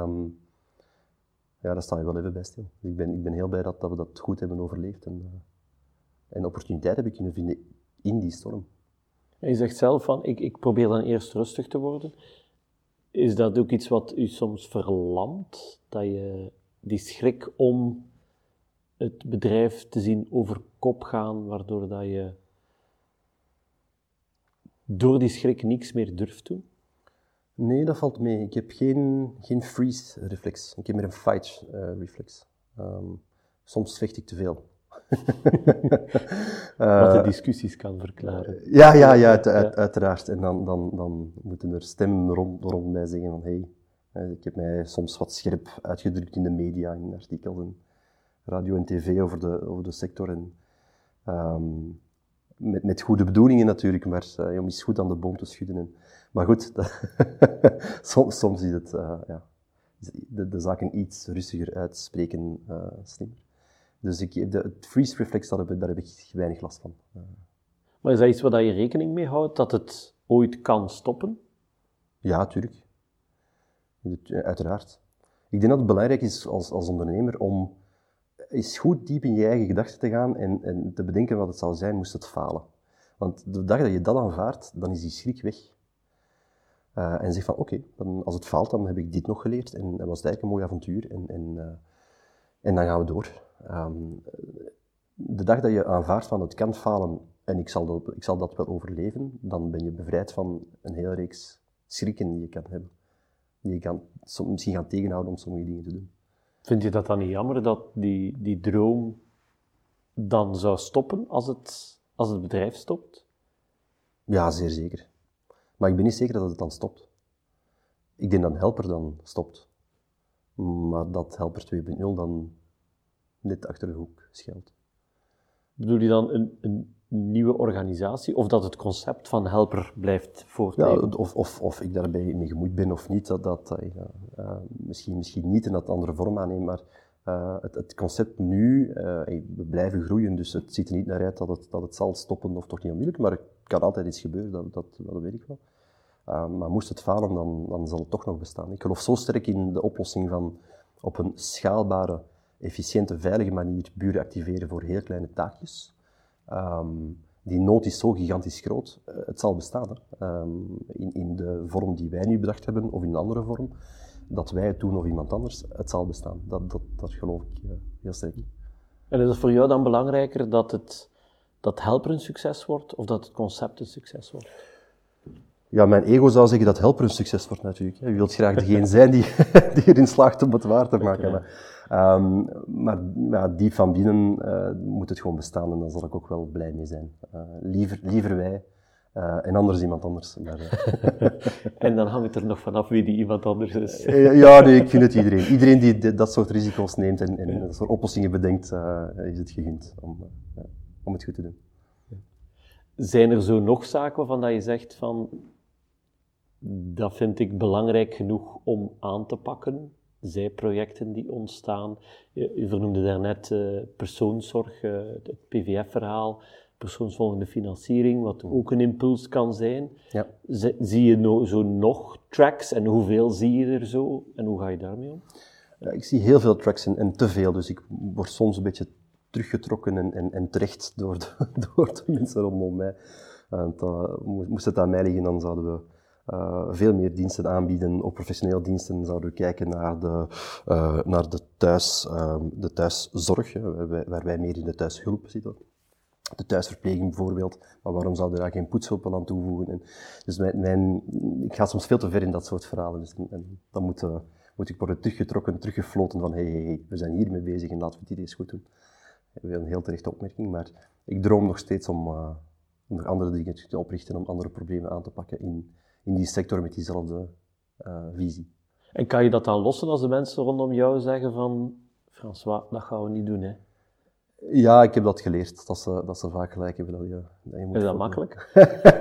Daar sta je wel even bij stil. Dus ik ben heel blij dat we dat goed hebben overleefd en opportuniteit hebben kunnen vinden in die storm. Je zegt zelf van, ik probeer dan eerst rustig te worden. Is dat ook iets wat u soms verlamt? Dat je die schrik om het bedrijf te zien over kop gaan, waardoor dat je door die schrik niks meer durft doen? Nee, dat valt mee. Ik heb geen freeze-reflex. Ik heb meer een fight-reflex. Soms vecht ik te veel. Wat de discussies kan verklaren. Uiteraard. En dan moeten er stemmen rond mij zeggen van hey, ik heb mij soms wat scherp uitgedrukt in de media, in artikels en radio en tv over de sector. En, met goede bedoelingen natuurlijk, maar om eens goed aan de boom te schudden. Maar goed, soms is het de zaken iets rustiger uitspreken slimmer. Dus het freeze-reflex, daar heb ik weinig last van. Maar is dat iets waar je rekening mee houdt, dat het ooit kan stoppen? Ja, natuurlijk. Uiteraard. Ik denk dat het belangrijk is als ondernemer om eens goed diep in je eigen gedachten te gaan en te bedenken wat het zou zijn moest het falen. Want de dag dat je dat aanvaardt, dan is die schrik weg. En zeg van oké, als het faalt, dan heb ik dit nog geleerd en dat was eigenlijk een mooi avontuur en dan gaan we door. De dag dat je aanvaardt van het kan falen en ik zal dat wel overleven, dan ben je bevrijd van een hele reeks schrikken die je kan hebben. Die je kan misschien gaan tegenhouden om sommige dingen te doen. Vind je dat dan niet jammer dat die droom dan zou stoppen als het bedrijf stopt? Ja, zeer zeker. Maar ik ben niet zeker dat het dan stopt. Ik denk dat Helper dan stopt. Maar dat Helper 2.0 dan net achter de hoek schuilt. Bedoel je dan een nieuwe organisatie? Of dat het concept van Helper blijft voortleven? Ja, of ik daarbij mee gemoeid ben of niet, misschien niet in dat andere vorm aannemen, maar het concept nu, we blijven groeien, dus het ziet er niet naar uit dat het zal stoppen of toch niet onmiddellijk, maar er kan altijd iets gebeuren, dat weet ik wel. Maar moest het falen, dan zal het toch nog bestaan. Ik geloof zo sterk in de oplossing van op een schaalbare, efficiënte, veilige manier buren activeren voor heel kleine taakjes. Die nood is zo gigantisch groot, het zal bestaan. Hè. In de vorm die wij nu bedacht hebben, of in een andere vorm, dat wij het doen of iemand anders, het zal bestaan. Dat geloof ik heel sterk in. En is het voor jou dan belangrijker dat het dat Helper een succes wordt of dat het concept een succes wordt? Ja, mijn ego zou zeggen dat Helper een succes wordt natuurlijk. Je wilt graag degene zijn die erin slaagt om het waar te maken. Maar diep van binnen moet het gewoon bestaan en daar zal ik ook wel blij mee zijn. Liever wij en anders iemand anders. Maar, En dan hangt het er nog vanaf wie die iemand anders is. Ja, nee, ik vind het iedereen. Iedereen die dat soort risico's neemt en dat soort oplossingen bedenkt, is het gegund om het goed te doen. Zijn er zo nog zaken waarvan dat je zegt van, dat vind ik belangrijk genoeg om aan te pakken? Zijprojecten die ontstaan. U vernoemde daarnet persoonszorg, het PVF-verhaal, persoonsvolgende financiering, wat ook een impuls kan zijn. Ja. Zie je zo nog tracks en hoeveel zie je er zo en hoe ga je daarmee om? Ja, ik zie heel veel tracks en te veel, dus ik word soms een beetje teruggetrokken en terecht door de mensen rondom mij. Moest het aan mij liggen, dan zouden we veel meer diensten aanbieden. Op professionele diensten zouden we kijken naar de thuiszorg, waar wij meer in de thuishulp zitten. De thuisverpleging bijvoorbeeld, maar waarom zouden we daar geen poetshulpen aan toevoegen? Dus ik ga soms veel te ver in dat soort verhalen, dus, en dan moet ik worden teruggetrokken, teruggefloten van hey, we zijn hiermee bezig en laten we het eens goed doen. Een heel terechte opmerking, maar ik droom nog steeds om nog andere dingen te oprichten, om andere problemen aan te pakken in die sector met diezelfde visie. En kan je dat dan lossen als de mensen rondom jou zeggen van François, dat gaan we niet doen, hè? Ja, ik heb dat geleerd, dat ze vaak gelijk hebben. Is dat makkelijk?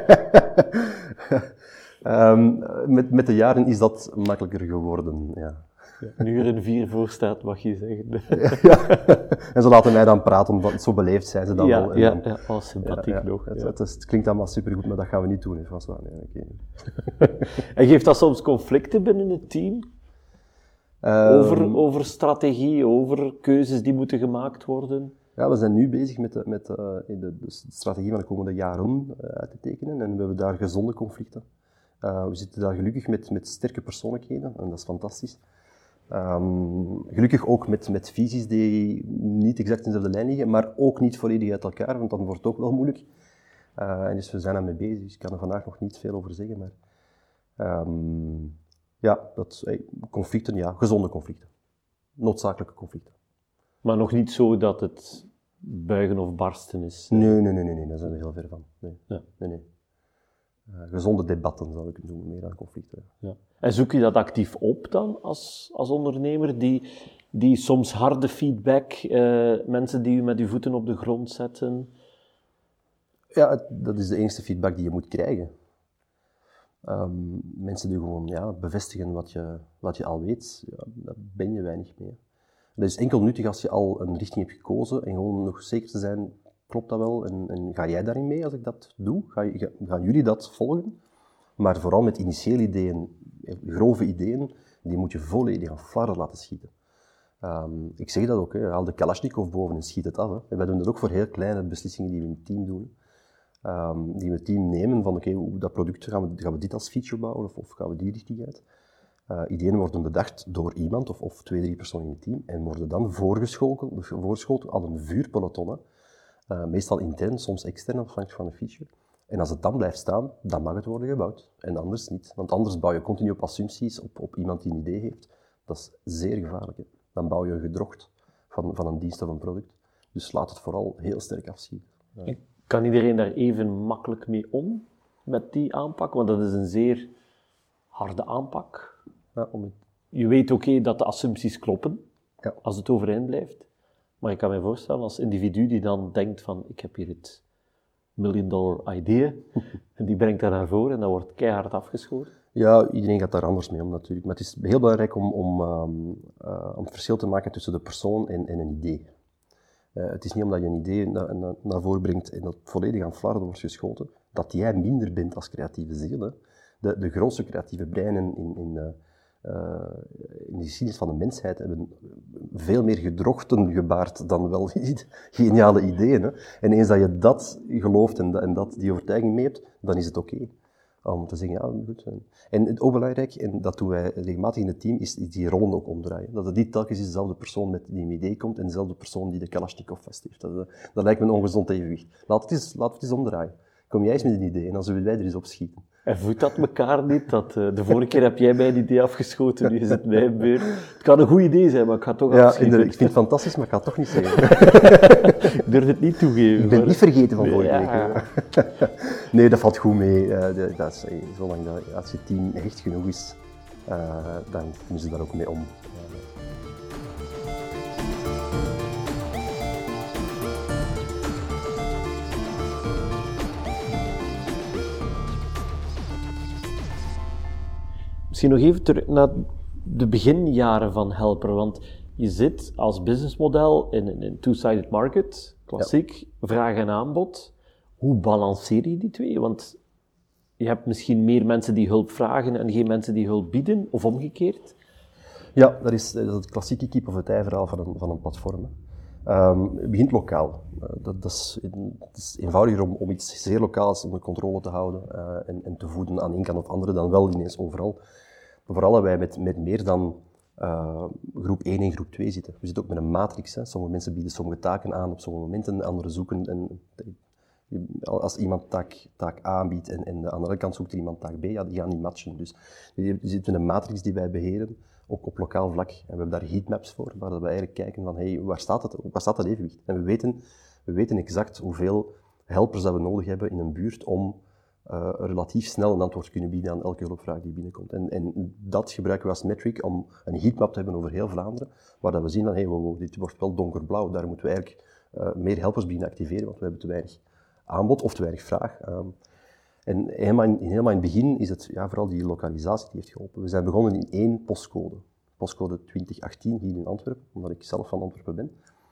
Met de jaren is dat makkelijker geworden, ja. Ja, nu er een 4 voor staat, mag je zeggen. Ja. En ze laten mij dan praten, omdat zo beleefd zijn ze dan wel. Ja, sympathiek nog. Het klinkt allemaal supergoed, maar dat gaan we niet doen, hè, François. Nee, okay. En geeft dat soms conflicten binnen het team? Over strategie, over keuzes die moeten gemaakt worden? Ja, we zijn nu bezig met de strategie van de komende jaren uit te tekenen en we hebben daar gezonde conflicten. We zitten daar gelukkig met sterke persoonlijkheden en dat is fantastisch. Gelukkig ook met visies die niet exact in dezelfde lijn liggen, maar ook niet volledig uit elkaar, want dan wordt het ook wel moeilijk. En dus we zijn daarmee bezig, dus ik kan er vandaag nog niet veel over zeggen, maar conflicten, ja, gezonde conflicten. Noodzakelijke conflicten. Maar nog niet zo dat het buigen of barsten is? Nee, daar zijn we heel ver van. Nee. Gezonde debatten zou ik het noemen, meer dan conflicten. Ja. En zoek je dat actief op dan als ondernemer, die soms harde feedback, mensen die u met uw voeten op de grond zetten? Ja, dat is de enige feedback die je moet krijgen. Mensen die gewoon bevestigen wat je al weet, daar ben je weinig mee. Dat is enkel nuttig als je al een richting hebt gekozen en gewoon nog zeker te zijn, klopt dat wel en ga jij daarin mee als ik dat doe? Gaan jullie dat volgen? Maar vooral met initiële ideeën, grove ideeën, die moet je volledig aan flarden laten schieten. Ik zeg dat ook, haal de Kalashnikov boven en schiet het af. Hè. En wij doen dat ook voor heel kleine beslissingen die we in het team doen. Die we het team nemen van dat product, gaan we dit als feature bouwen of gaan we die richting uit? Ideeën worden bedacht door iemand of 2-3 personen in het team en worden dan voorgeschoteld aan een vuurpeloton. Meestal intern, soms extern, afhankelijk van de feature. En als het dan blijft staan, dan mag het worden gebouwd. En anders niet. Want anders bouw je continu op assumpties, op iemand die een idee heeft. Dat is zeer gevaarlijk. Hè? Dan bouw je een gedrocht van een dienst of een product. Dus laat het vooral heel sterk afschieten. Kan iedereen daar even makkelijk mee om, met die aanpak? Want dat is een zeer harde aanpak. Ja. Je weet dat de assumpties kloppen, als het overeind blijft. Maar ik kan me voorstellen, als individu die dan denkt van, ik heb hier het $1 million idee, en die brengt dat naar voren en dat wordt keihard afgeschoten. Ja, iedereen gaat daar anders mee om natuurlijk. Maar het is heel belangrijk om het verschil te maken tussen de persoon en een idee. Het is niet omdat je een idee naar voren brengt en dat volledig aan flarden wordt geschoten, dat jij minder bent als creatieve ziel. Hè. De grootste creatieve breinen in de geschiedenis van de mensheid hebben veel meer gedrochten gebaard dan wel geniale ideeën. Hè. En eens dat je dat gelooft en die overtuiging mee hebt, dan is het oké. Om te zeggen, ja, goed. En het ook belangrijk, en dat doen wij regelmatig in het team, is die rollen ook omdraaien. Dat het niet telkens is dezelfde persoon die een idee komt en dezelfde persoon die de Kalashnikov vast heeft. Dat lijkt me een ongezond evenwicht. Laat het eens omdraaien. Kom jij eens met een idee en dan zullen wij er eens op schieten. En voedt dat elkaar niet? De vorige keer heb jij mij een idee afgeschoten, nu is het mijn beurt. Het kan een goed idee zijn, maar ik ga het toch afschieten. Ik vind het fantastisch, maar ik ga het toch niet zeggen. Ik durf het niet toegeven. Ik ben niet vergeten van vorige week. Nee, dat valt goed mee. Zolang als je team hecht genoeg is, dan kunnen ze daar ook mee om. Misschien nog even terug naar de beginjaren van Helper, want je zit als businessmodel in een two-sided market, klassiek, vraag en aanbod. Hoe balanceer je die twee? Want je hebt misschien meer mensen die hulp vragen en geen mensen die hulp bieden, of omgekeerd. Ja, dat is het klassieke kip of het ei verhaal van een platform. Het begint lokaal. Het is eenvoudiger om iets zeer lokaals onder controle te houden en te voeden aan één kant of andere dan wel ineens overal. Vooral dat wij met meer dan groep 1 en groep 2 zitten. We zitten ook met een matrix. Hè. Sommige mensen bieden sommige taken aan op sommige momenten, anderen zoeken. En als iemand taak A aanbiedt en aan de andere kant zoekt er iemand taak B, ja, die gaan niet matchen. Dus we zitten met een matrix die wij beheren, ook op lokaal vlak. En we hebben daar heatmaps voor, waar we eigenlijk kijken van, hey, waar staat dat evenwicht? En we weten exact hoeveel helpers dat we nodig hebben in een buurt om relatief snel een antwoord te kunnen bieden aan elke hulpvraag die binnenkomt. En dat gebruiken we als metric om een heatmap te hebben over heel Vlaanderen, waar dat we zien van, hey, dit wordt wel donkerblauw, daar moeten we eigenlijk meer helpers beginnen activeren, want we hebben te weinig aanbod of te weinig vraag. En helemaal in het begin is het vooral die lokalisatie die heeft geholpen. We zijn begonnen in 1 postcode. Postcode 2018 hier in Antwerpen, omdat ik zelf van Antwerpen ben.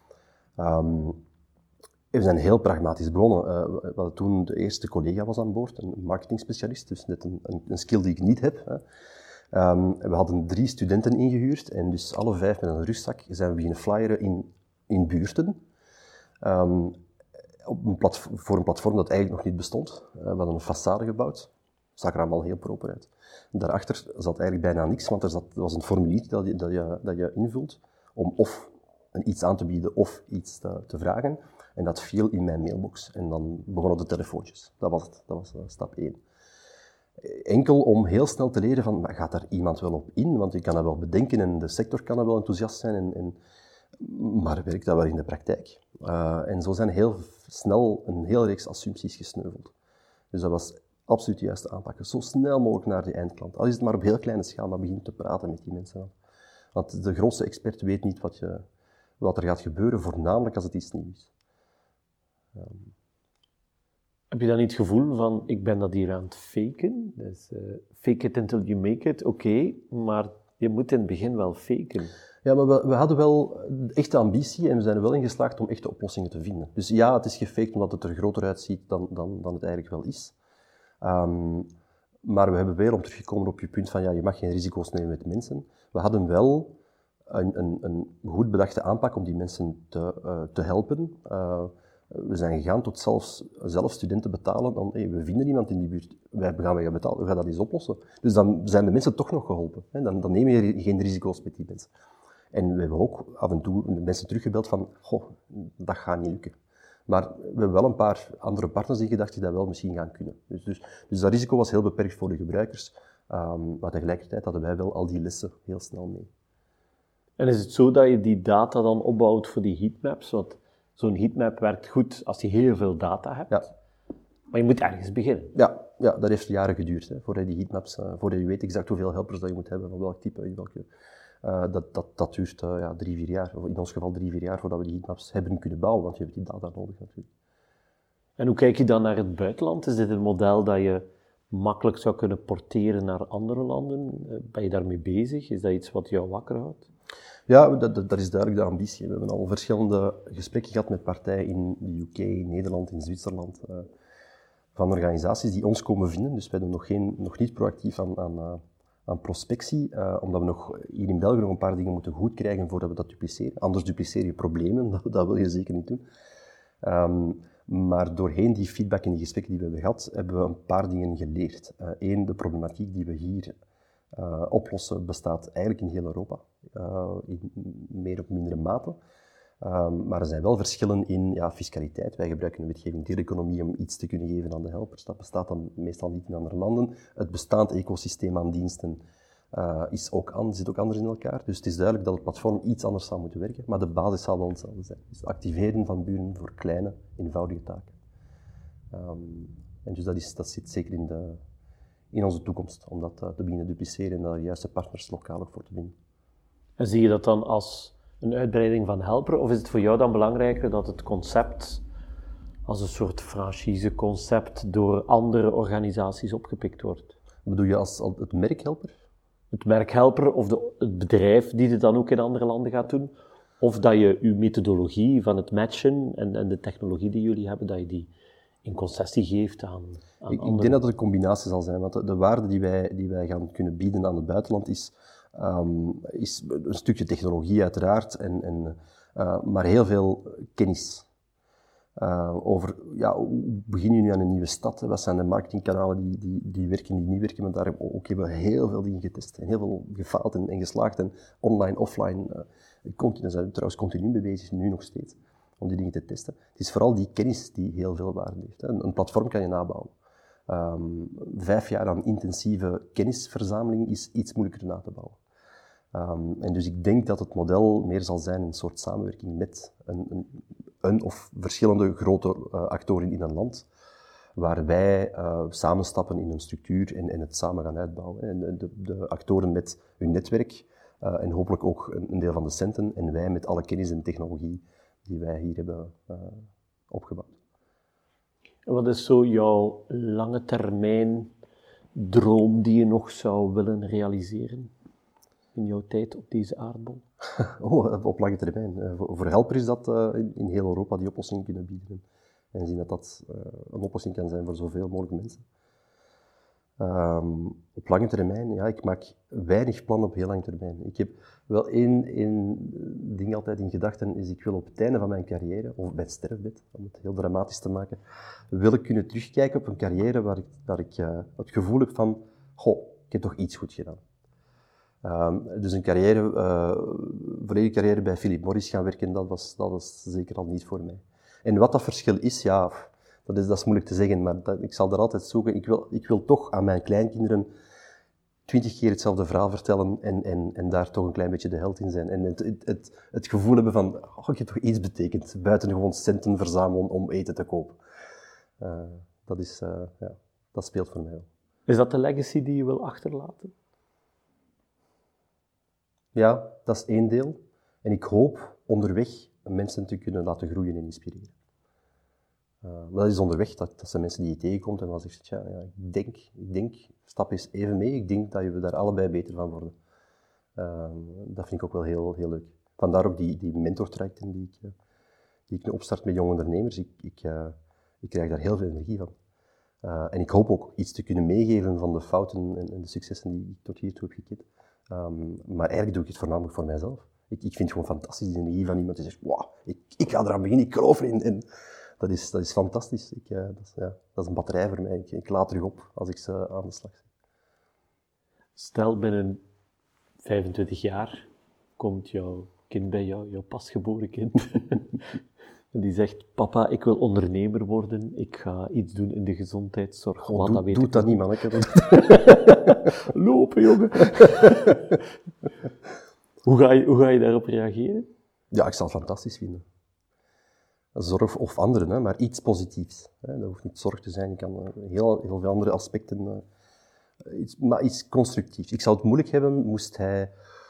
We zijn heel pragmatisch begonnen. We hadden toen de eerste collega was aan boord, een marketingspecialist, dus net een skill die ik niet heb. We hadden 3 studenten ingehuurd en dus alle 5 met een rugzak zijn we beginnen flyeren in buurten. Voor een platform dat eigenlijk nog niet bestond. We hadden een façade gebouwd. Zag er allemaal heel proper uit. Daarachter zat eigenlijk bijna niks, want er was een formulier dat je invult om of iets aan te bieden of iets te vragen. En dat viel in mijn mailbox. En dan begonnen de telefoontjes. Dat was het. Dat was stap 1. Enkel om heel snel te leren van, gaat daar iemand wel op in? Want je kan dat wel bedenken en de sector kan er wel enthousiast zijn. Maar werkt dat wel in de praktijk? En zo zijn heel snel een hele reeks assumpties gesneuveld. Dus dat was absoluut de juiste aanpak. Zo snel mogelijk naar de eindklant. Al is het maar op heel kleine schaal, maar begin te praten met die mensen. Want de grootste expert weet niet wat er gaat gebeuren, voornamelijk als het iets nieuws is. Heb je dan niet het gevoel van, ik ben dat hier aan het faken? Dus fake it until you make it, oké, maar je moet in het begin wel faken. Ja, maar we hadden wel echte ambitie en we zijn er wel in geslaagd om echte oplossingen te vinden. Dus ja, het is gefaked omdat het er groter uitziet dan het eigenlijk wel is. Maar we hebben weer om teruggekomen op je punt van, je mag geen risico's nemen met mensen. We hadden wel een goed bedachte aanpak om die mensen te helpen. We zijn gegaan tot zelf studenten betalen. Dan, we vinden iemand in die buurt, wij gaan betalen, we gaan dat eens oplossen. Dus dan zijn de mensen toch nog geholpen. Hè? Dan neem je geen risico's met die mensen. En we hebben ook af en toe de mensen teruggebeld van, dat gaat niet lukken. Maar we hebben wel een paar andere partners in gedacht die dat wel misschien gaan kunnen. Dus dat risico was heel beperkt voor de gebruikers. Maar tegelijkertijd hadden wij wel al die lessen heel snel mee. En is het zo dat je die data dan opbouwt voor die heatmaps? Want zo'n heatmap werkt goed als je heel veel data hebt. Ja. Maar je moet ergens beginnen. Ja, dat heeft jaren geduurd. Voordat je die heatmaps, voordat je weet exact hoeveel helpers dat je moet hebben, van welk type, welke... Dat duurt 3-4 jaar, of in ons geval 3-4 jaar, voordat we die heatmaps hebben kunnen bouwen, want je hebt die data nodig natuurlijk. En hoe kijk je dan naar het buitenland? Is dit een model dat je makkelijk zou kunnen porteren naar andere landen? Ben je daarmee bezig? Is dat iets wat jou wakker houdt? Ja, dat is duidelijk de ambitie. We hebben al verschillende gesprekken gehad met partijen in de UK, Nederland, in Zwitserland, van organisaties die ons komen vinden. Dus wij doen nog niet proactief aan prospectie, omdat we nog hier in België nog een paar dingen moeten goed krijgen voordat we dat dupliceren. Anders dupliceer je problemen, dat wil je zeker niet doen. Maar doorheen die feedback en die gesprekken die we hebben gehad, hebben we een paar dingen geleerd. Eén, de problematiek die we hier oplossen bestaat eigenlijk in heel Europa, in meer of mindere mate. Maar er zijn wel verschillen in fiscaliteit. Wij gebruiken een wetgeving deeleconomie om iets te kunnen geven aan de helpers. Dat bestaat dan meestal niet in andere landen. Het bestaand ecosysteem aan diensten zit ook anders in elkaar. Dus het is duidelijk dat het platform iets anders zou moeten werken, maar de basis zal wel hetzelfde zijn. Dus het activeren van buren voor kleine, eenvoudige taken. En dus dat zit zeker in onze toekomst, om dat te beginnen dupliceren en daar de juiste partners lokaal ook voor te vinden. En zie je dat dan als een uitbreiding van Helper, of is het voor jou dan belangrijker dat het concept als een soort franchise-concept door andere organisaties opgepikt wordt? Bedoel je als het merk Helper? Het merk Helper of het bedrijf die het dan ook in andere landen gaat doen? Of dat je je methodologie van het matchen en de technologie die jullie hebben, dat je die in concessie geeft aan anderen? Ik denk dat het een combinatie zal zijn, want de waarde die wij gaan kunnen bieden aan het buitenland is een stukje technologie uiteraard, maar heel veel kennis. Over hoe begin je nu aan een nieuwe stad? Wat zijn de marketingkanalen die werken, die niet werken? Maar daar hebben we heel veel dingen getest. En heel veel gefaald en geslaagd. En online, offline. Daar zijn we trouwens continu mee bezig, nu nog steeds, om die dingen te testen. Het is vooral die kennis die heel veel waarde heeft. Een platform kan je nabouwen. 5 jaar aan intensieve kennisverzameling is iets moeilijker na te bouwen. En dus ik denk dat het model meer zal zijn een soort samenwerking met een of verschillende grote actoren in een land, waar wij samenstappen in een structuur en het samen gaan uitbouwen. En de actoren met hun netwerk en hopelijk ook een deel van de centen en wij met alle kennis en technologie die wij hier hebben opgebouwd. En wat is zo jouw lange termijn droom die je nog zou willen realiseren in jouw tijd op deze aardbol? Op lange termijn. Voor Helper is dat in heel Europa die oplossing kunnen bieden. En zien dat dat een oplossing kan zijn voor zoveel mogelijk mensen. Op lange termijn, ik maak weinig plannen op heel lange termijn. Ik heb wel één ding altijd in gedachten, is ik wil op het einde van mijn carrière, of bij het sterfbed, om het heel dramatisch te maken, wil ik kunnen terugkijken op een carrière waar ik het gevoel heb van, ik heb toch iets goed gedaan. Dus een volledige carrière bij Philip Morris gaan werken, dat was zeker al niet voor mij. En wat dat verschil is, dat is moeilijk te zeggen, maar ik zal er altijd zoeken. Ik wil toch aan mijn kleinkinderen 20 keer hetzelfde verhaal vertellen en daar toch een klein beetje de held in zijn. En het gevoel hebben van, ik heb toch iets betekend, buiten gewoon centen verzamelen om eten te kopen. Dat speelt voor mij wel. Is dat de legacy die je wil achterlaten? Ja, dat is één deel. En ik hoop onderweg mensen te kunnen laten groeien en inspireren. Maar dat is onderweg, dat zijn mensen die je tegenkomt en dan zegt ik denk, stap eens even mee, ik denk dat we daar allebei beter van worden. Dat vind ik ook wel heel, heel leuk. Vandaar ook die mentortrajecten die ik nu opstart met jonge ondernemers. Ik krijg daar heel veel energie van. En ik hoop ook iets te kunnen meegeven van de fouten en de successen die ik tot hiertoe heb gekend. Maar eigenlijk doe ik het voornamelijk voor mijzelf. Ik vind het gewoon fantastisch, de energie van iemand die zegt, ik ga eraan beginnen, ik geloof erin. En dat is fantastisch. Dat is een batterij voor mij. Ik laat terug op als ik ze aan de slag zet. Stel, binnen 25 jaar komt jouw kind bij jou, jouw pasgeboren kind. En die zegt, papa, ik wil ondernemer worden, ik ga iets doen in de gezondheidszorg. Doe dat niet, man. Lopen, jongen. Hoe ga je daarop reageren? Ja, ik zal het fantastisch vinden. Zorg of anderen, maar iets positiefs. Dat hoeft niet zorg te zijn, je kan heel veel andere aspecten, maar iets constructiefs. Ik zou het moeilijk hebben, moest hij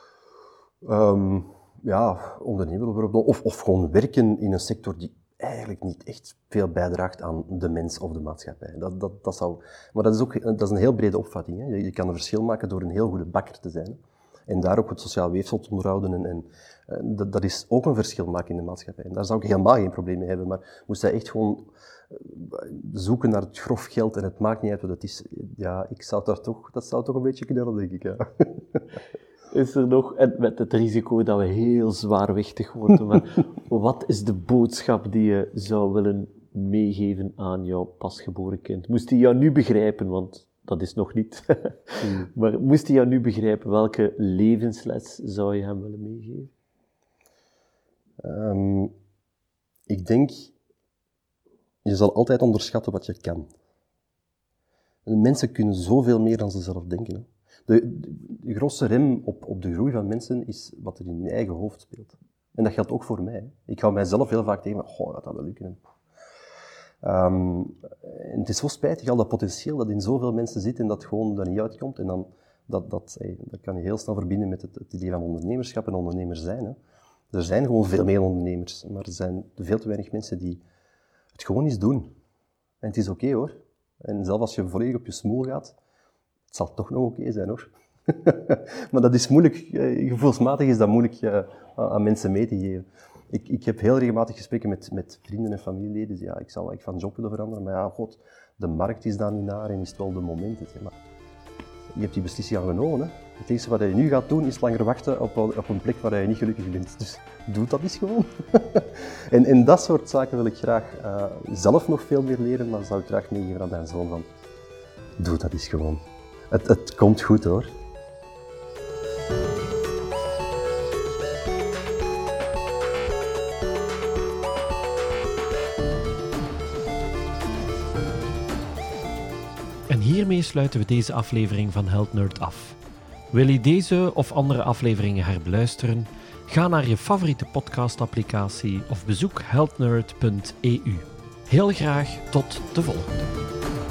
ondernemer worden of gewoon werken in een sector die eigenlijk niet echt veel bijdraagt aan de mens of de maatschappij. Maar dat is een heel brede opvatting. Hè. Je kan een verschil maken door een heel goede bakker te zijn. En daar ook het sociaal weefsel te onderhouden. En dat is ook een verschil maken in de maatschappij. En daar zou ik helemaal geen probleem mee hebben. Maar moest hij echt gewoon zoeken naar het grof geld en het maakt niet uit wat het is. Ja, dat zou toch een beetje knellen, denk ik. Ja. Is er nog, en met het risico dat we heel zwaarwichtig worden, maar wat is de boodschap die je zou willen meegeven aan jouw pasgeboren kind? Moest hij jou nu begrijpen, want dat is nog niet. Maar moest hij jou nu begrijpen, welke levensles zou je hem willen meegeven? Ik denk, je zal altijd onderschatten wat je kan. En mensen kunnen zoveel meer dan ze zelf denken. Hè. De grootste rem op de groei van mensen is wat er in hun eigen hoofd speelt. En dat geldt ook voor mij. Hè. Ik hou mijzelf heel vaak tegen, gaat dat wel lukken? En het is zo spijtig, al dat potentieel dat in zoveel mensen zit en dat gewoon er niet uitkomt. En dan, dat kan je heel snel verbinden met het idee van ondernemerschap en ondernemer zijn. Hè. Er zijn gewoon veel meer ondernemers, maar er zijn veel te weinig mensen die het gewoon eens doen. En het is oké, hoor. En zelfs als je volledig op je smoel gaat, het zal toch nog oké zijn, hoor. Maar dat is moeilijk, gevoelsmatig is dat moeilijk aan mensen mee te geven. Ik heb heel regelmatig gesprekken met vrienden en familieleden. Ja, ik zou van job willen veranderen, maar ja, god, de markt is daar niet naar en is het wel de moment. Maar je hebt die beslissing al genomen. Hè. Het enige wat je nu gaat doen, is langer wachten op een plek waar je niet gelukkig bent. Dus doe dat eens gewoon. en dat soort zaken wil ik graag zelf nog veel meer leren, maar zou ik graag meegeven aan mijn zoon van, doe dat eens gewoon. Het komt goed, hoor. En hiermee sluiten we deze aflevering van Health Nerd af. Wil je deze of andere afleveringen herbeluisteren? Ga naar je favoriete podcastapplicatie of bezoek healthnerd.eu. Heel graag tot de volgende.